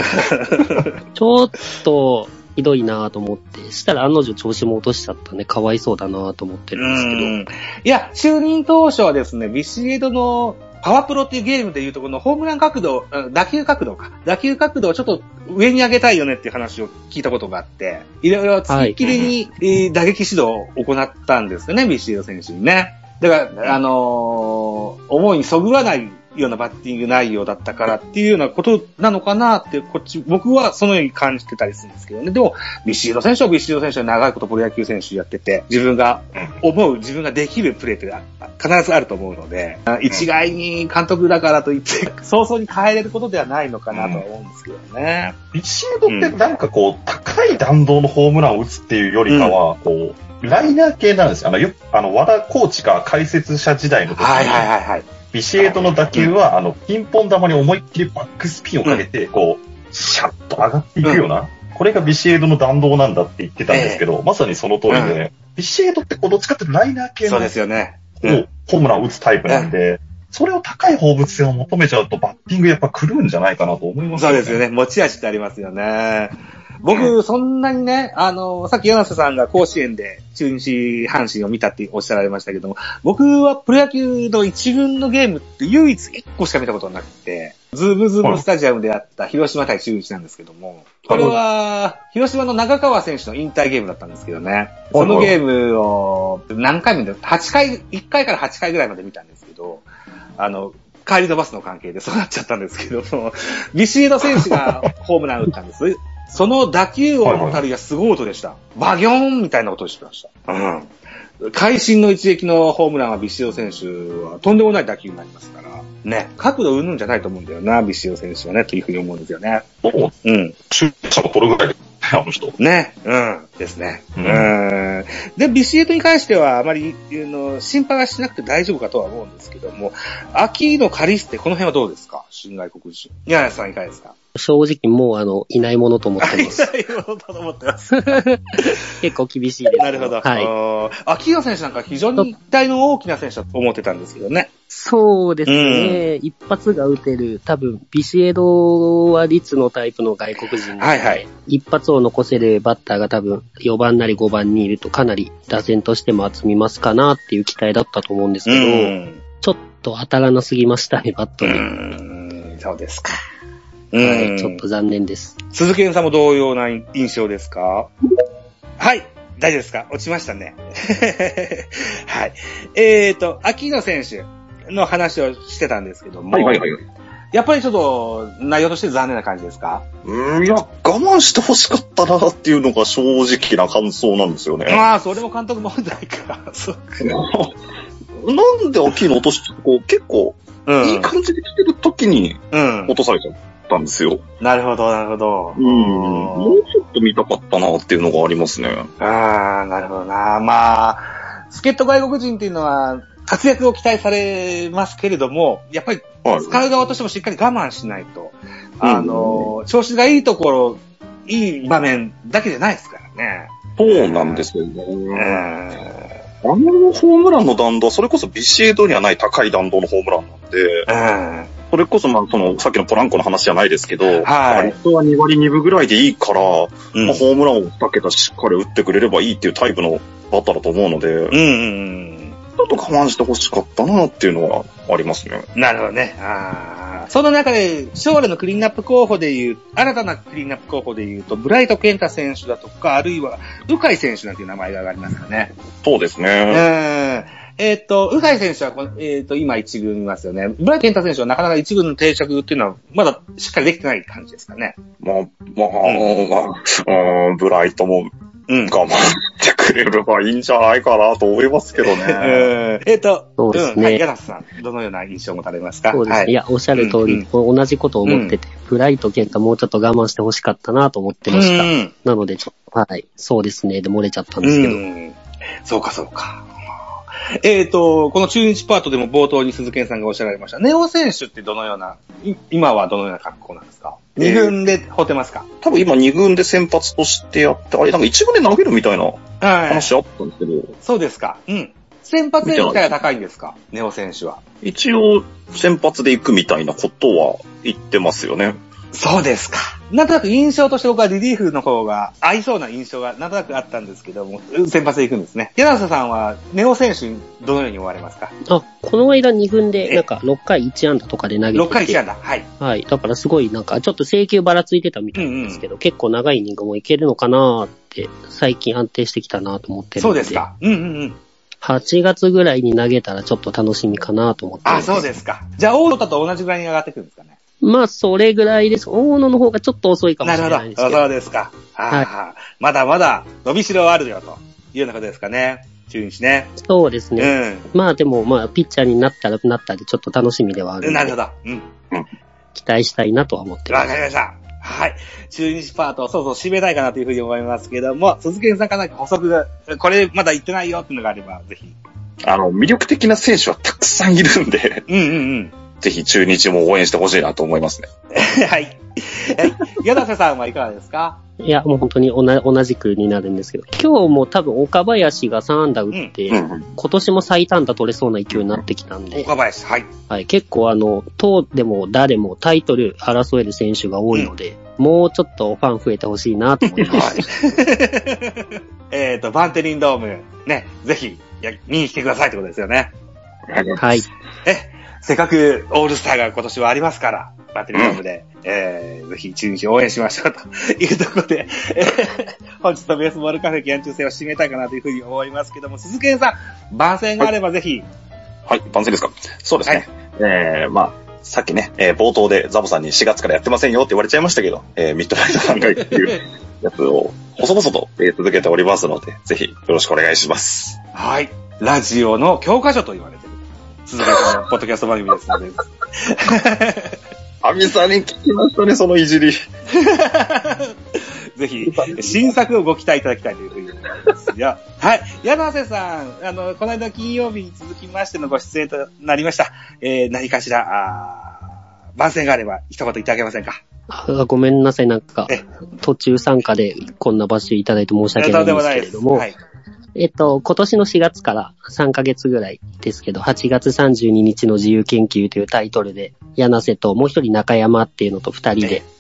ちょっと、ひどいなぁと思って、したら案の定調子も落としちゃったね、かわいそうだなぁと思ってるんですけど。うんいや、就任当初はですね、ビシエドのパワープロっていうゲームでいうとこのホームラン角度、打球角度か。打球角度をちょっと上に上げたいよねっていう話を聞いたことがあって、いろいろつきっきりに、はい、打撃指導を行ったんですよね、ビシエド選手にね。だから、あのー、思いにそぐわないようなバッティング内容だったからっていうようなことなのかなって、こっち、僕はそのように感じてたりするんですけどね。でも、ビシエド選手はビシエド選手は長いことプロ野球選手やってて、自分が思う、自分ができるプレーって必ずあると思うので、一概に監督だからといって、早々に変えれることではないのかなとは思うんですけどね。 ビシエドってなんかこう、高い弾道のホームランを打つっていうよりかは、こう、うんライナー系なんですよ。あの、よあの、和田コーチが解説者時代の時に、はいはいはいはい。ビシエドの打球は、うん、あの、ピンポン玉に思いっきりバックスピンをかけて、うん、こう、シャッと上がっていくような、うん、これがビシエドの弾道なんだって言ってたんですけど、えー、まさにその通りで、うん、ビシエドってこうどっちかってライナー系の、 そうですよね。 うん、ホームランを打つタイプなんで、うん、それを高い放物線を求めちゃうと、バッティングやっぱ来るんじゃないかなと思いますよね。そうですよね。持ち味ってありますよね。僕、そんなにね、あの、さっき柳瀬さんが甲子園で中日阪神を見たっておっしゃられましたけども、僕はプロ野球の一軍のゲームって唯一一個しか見たことなくて、ズームズームスタジアムであった広島対中日なんですけども、これは、広島の中川選手の引退ゲームだったんですけどね、そのゲームを何回も見た、はちかい、いっかいからはちかいぐらいまで見たんですけど、あの、帰りのバスの関係でそうなっちゃったんですけども、ビシエド選手がホームラン打ったんです。その打球音たりがすごい音でした。はいはい、バギョーンみたいな音をしてました。うん。会心の一撃のホームランはビシエド選手はとんでもない打球になりますから。ね。角度うんぬんじゃないと思うんだよな、ビシエド選手はね、というふうに思うんですよね。 そう。うん。中日も取るぐらいあの人。 ね。うん。ですね。うん。うんで、ビシエドに関してはあまり、の心配はしなくて大丈夫かとは思うんですけども、秋のカリステ、この辺はどうですか新外国人。宮根さんいかがですか正直もうあの、いないものと思ってます。 いないものと思ってます。 結構厳しいです。 なるほど。はい。秋野選手なんか非常に一体の大きな選手だと思ってたんですけどね。 そうですね。うん、一発が打てる。多分、ビシエドは率のタイプの外国人で、はいはい、一発を残せるバッターが多分よばんなりごばんにいるとかなり打線としても厚みますかなっていう期待だったと思うんですけど、うん、ちょっと当たらなすぎましたね、バットに。うんそうですか。 はい、ちょっと残念です。 鈴木さんも同様な印象ですか？はい。 大丈夫ですか？落ちましたね。はい。えーと、秋野選手の話をしてたんですけども。 はいはいはい。 やっぱりちょっと内容として残念な感じですか？ うん、いや、我慢して欲しかったなっていうのが正直な感想なんですよね。 まあ、それも監督問題か。そうか。 なんで秋野落として、こう、結構、うん、いい感じで来てる時に、落とされちゃったんですよ。 うん、なるほど、なるほど。 うん。もうちょっと見たかったなっていうのがありますね。 ああ、なるほどな。まあ、助っ人外国人っていうのは、活躍を期待されますけれども、やっぱり、使う側としてもしっかり我慢しないと、はい、あの、うん、調子がいいところ、いい場面だけじゃないですからね。 そうなんですよね。うんあのホームランの弾道はそれこそビシエドにはない高い弾道のホームランなんで、うん、それこそまあそのさっきのポランコの話じゃないですけど、はい、割とはにわりにぶぐらいでいいから、うんまあ、ホームランをに桁しっかり打ってくれればいいっていうタイプのバッターだと思うので、うんうんうんちょっと我慢してほしかったなっていうのはありますね。 なるほどね。あその中で、将来のクリーンナップ候補でいう、新たなクリーンナップ候補でいうと、ブライト・ケンタ選手だとか、あるいは、ウカイ選手なんていう名前が上がりますかね。 そうですね。 うんえっ、ー、と、ウカイ選手は、えっ、ー、と、今一軍いますよね。ブライト・ケンタ選手はなかなか一軍の定着っていうのは、まだしっかりできてない感じですかね。 まあ、まあ、うんまあ、ブライトも、うん。我慢してくれればいいんじゃないかなと思いますけどね。 えっ、ー、と、 そうですね。 うん、はい、柳瀬さん、どのような印象を持たれますか？ そうですね。はい、いや、おっしゃる通り、うんうん、同じことを思ってて、うん、ブライト・ケンタもうちょっと我慢してほしかったなと思ってました。うん、なので、ちょっと、はい、そうですね、で漏れちゃったんですけど。うん、 そうか、そうか。えっ、ー、と、この中日パートでも冒頭に鈴賢さんがおっしゃられました。ネオ選手ってどのような、今はどのような格好なんですか？二軍で放ってますか？ 多分今二軍で先発としてやって、あれなんか一軍で投げるみたいな話あったんですけど。はい、 そうですか。うん。先発への期待は高いんですか？ネオ選手は。 一応先発で行くみたいなことは言ってますよね。 そうですか。なんとなく印象として僕はリリーフの方が合いそうな印象がなんとなくあったんですけども、先発で行くんですね。柳瀬さんはネオ選手にどのように思われますか？ あ、この間に軍でなんかろっかいいち安打とかで投げてて。 ろっかいいち安打。はい。 はい。だからすごいなんかちょっと制球ばらついてたみたいなんですけど、うんうん、結構長いイニングもいけるのかなーって最近安定してきたなと思ってるので。 そうですか。うんうんうん。 はちがつぐらいに投げたらちょっと楽しみかなと思ってます。 あ、そうですか。じゃあ大野と同じぐらいに上がってくるんですかね？ まあ、それぐらいです。大野の方がちょっと遅いかもしれないですけど。 なるほど。そうですか。はい。まだまだ伸びしろはあるよというようなことですかね。中日ね。 そうですね。うん。まあでも、まあ、ピッチャーになったらなったでちょっと楽しみではあるので。 なるほど。うん。 期待したいなとは思ってます。 わかりました。はい。中日パートをそうそう締めたいかなというふうに思いますけども、鈴木さんから補足が、これまだ言ってないよっていうのがあれば、ぜひ。 あの、魅力的な選手はたくさんいるんで。 うんうんうん。 ぜひ中日も応援してほしいなと思いますね。 はい。はい。柳瀬さんはいかがですか？ いや、もう本当に同じくになるんですけど、今日も多分岡林がさん安打打って、うんうん、今年も最短打取れそうな勢いになってきたんで。 岡林、はい。 はい。結構あの、党でも誰もタイトル争える選手が多いので、うん、もうちょっとファン増えてほしいなと思います。 えっと、バンテリンドーム、ね、ぜひ、や見に来てくださいってことですよね。 はい。 え、せっかくオールスターが今年はありますから、バッテリードームで、うん、えー、ぜひ中日応援しましょうというところで、えー、本日のベースボールカフェ期間中戦を締めたいかなというふうに思いますけども、鈴木さん、番宣があればぜひ。 はい、はい、番宣ですか。そうですね。はい、えー、まあ、さっきね、えー、冒頭でザボさんにしがつからやってませんよって言われちゃいましたけど、えー、ミッドナイト考えっていうやつを細々と、えー、続けておりますので、ぜひよろしくお願いします。 はい。ラジオの教科書と言われている。鈴木さんのポッドキャスト番組ですので。 アミさんに聞きましたね、そのいじり。 ぜひ、新作をご期待いただきたいというふうに思いますよ。はい。柳瀬さん、あの、この間金曜日に続きましてのご出演となりました。えー、何かしら、あ番宣があれば一言いただけませんか？ あごめんなさい、なんか、途中参加でこんな場所いただいて申し訳ないんですけれども、はい、えっと、今年のしがつからさんかげつぐらいですけど、はちがつさんじゅうににちの自由研究というタイトルで、柳瀬ともう一人中山っていうのと二人で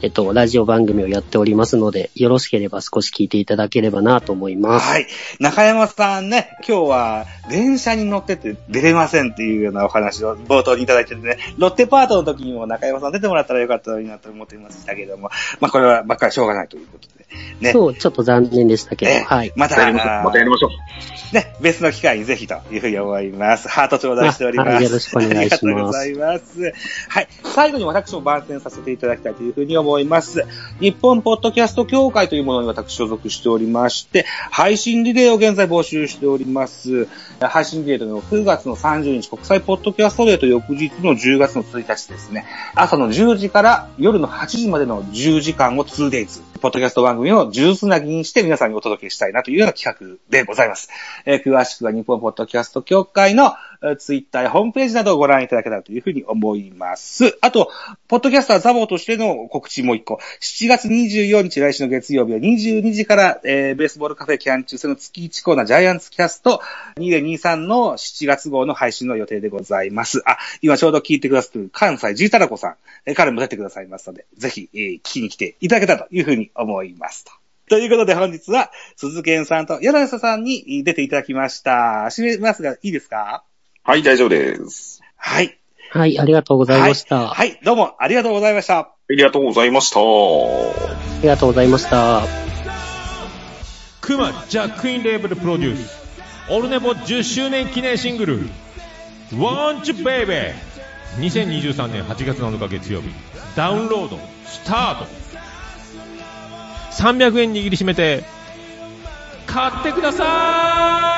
えっと、ラジオ番組をやっておりますので、よろしければ少し聞いていただければなと思います。 はい。中山さんね、今日は電車に乗ってて出れませんっていうようなお話を冒頭にいただいててね、ロッテパートの時にも中山さん出てもらったらよかったのになと思っていましたけども、まあこれはばっかりしょうがないということで。ね。 そう、ちょっと残念でしたけど、 ね、 はい。 またやりましょう。 またやりましょう。ね、別の機会にぜひというふうに思います。ハート頂戴しております。 はい、よろしくお願いします。ありがとうございます。はい。最後に私も番宣させていただきたいというふうに思います。日本ポッドキャスト協会というものに私所属しておりまして、配信リレーを現在募集しております。配信リレーというのはくがつのさんじゅうにち国際ポッドキャストデーと翌日のじゅうがつのついたちですね。朝のじゅうじから夜のはちじまでのじゅうじかんを ツーデイズ。ポッドキャスト番組をジュースなぎにして皆さんにお届けしたいなというような企画でございます。えー、詳しくは日本ポッドキャスト協会のツイッターやホームページなどをご覧いただけたらというふうに思います。あと、ポッドキャスターザボとしての告知もう一個。しちがつにじゅうよっか来週の月曜日はにじゅうにじから、えー、ベースボールカフェキャン中戦の月いちコーナージャイアンツキャストにせんにじゅうさんのしちがつ号の配信の予定でございます。あ、今ちょうど聞いてくださっている関西ジータラコさん、えー、彼も出てくださいますので、ぜひ、えー、聞きに来ていただけたらというふうに思いますと。ということで本日は鈴賢さんと柳瀬さんに出ていただきました。締めますがいいですか？ はい、大丈夫です。 はい。 はい、ありがとうございました。 はい、はい、どうもありがとうございました。 ありがとうございました。ありがとうございました。 クマジャックインレーベルプロデュースオルネポじゅっしゅうねん記念シングル Want You Baby にせんにじゅうさんねんはちがつなのか月曜日ダウンロードスタート。さんびゃくえん握りしめて買ってください。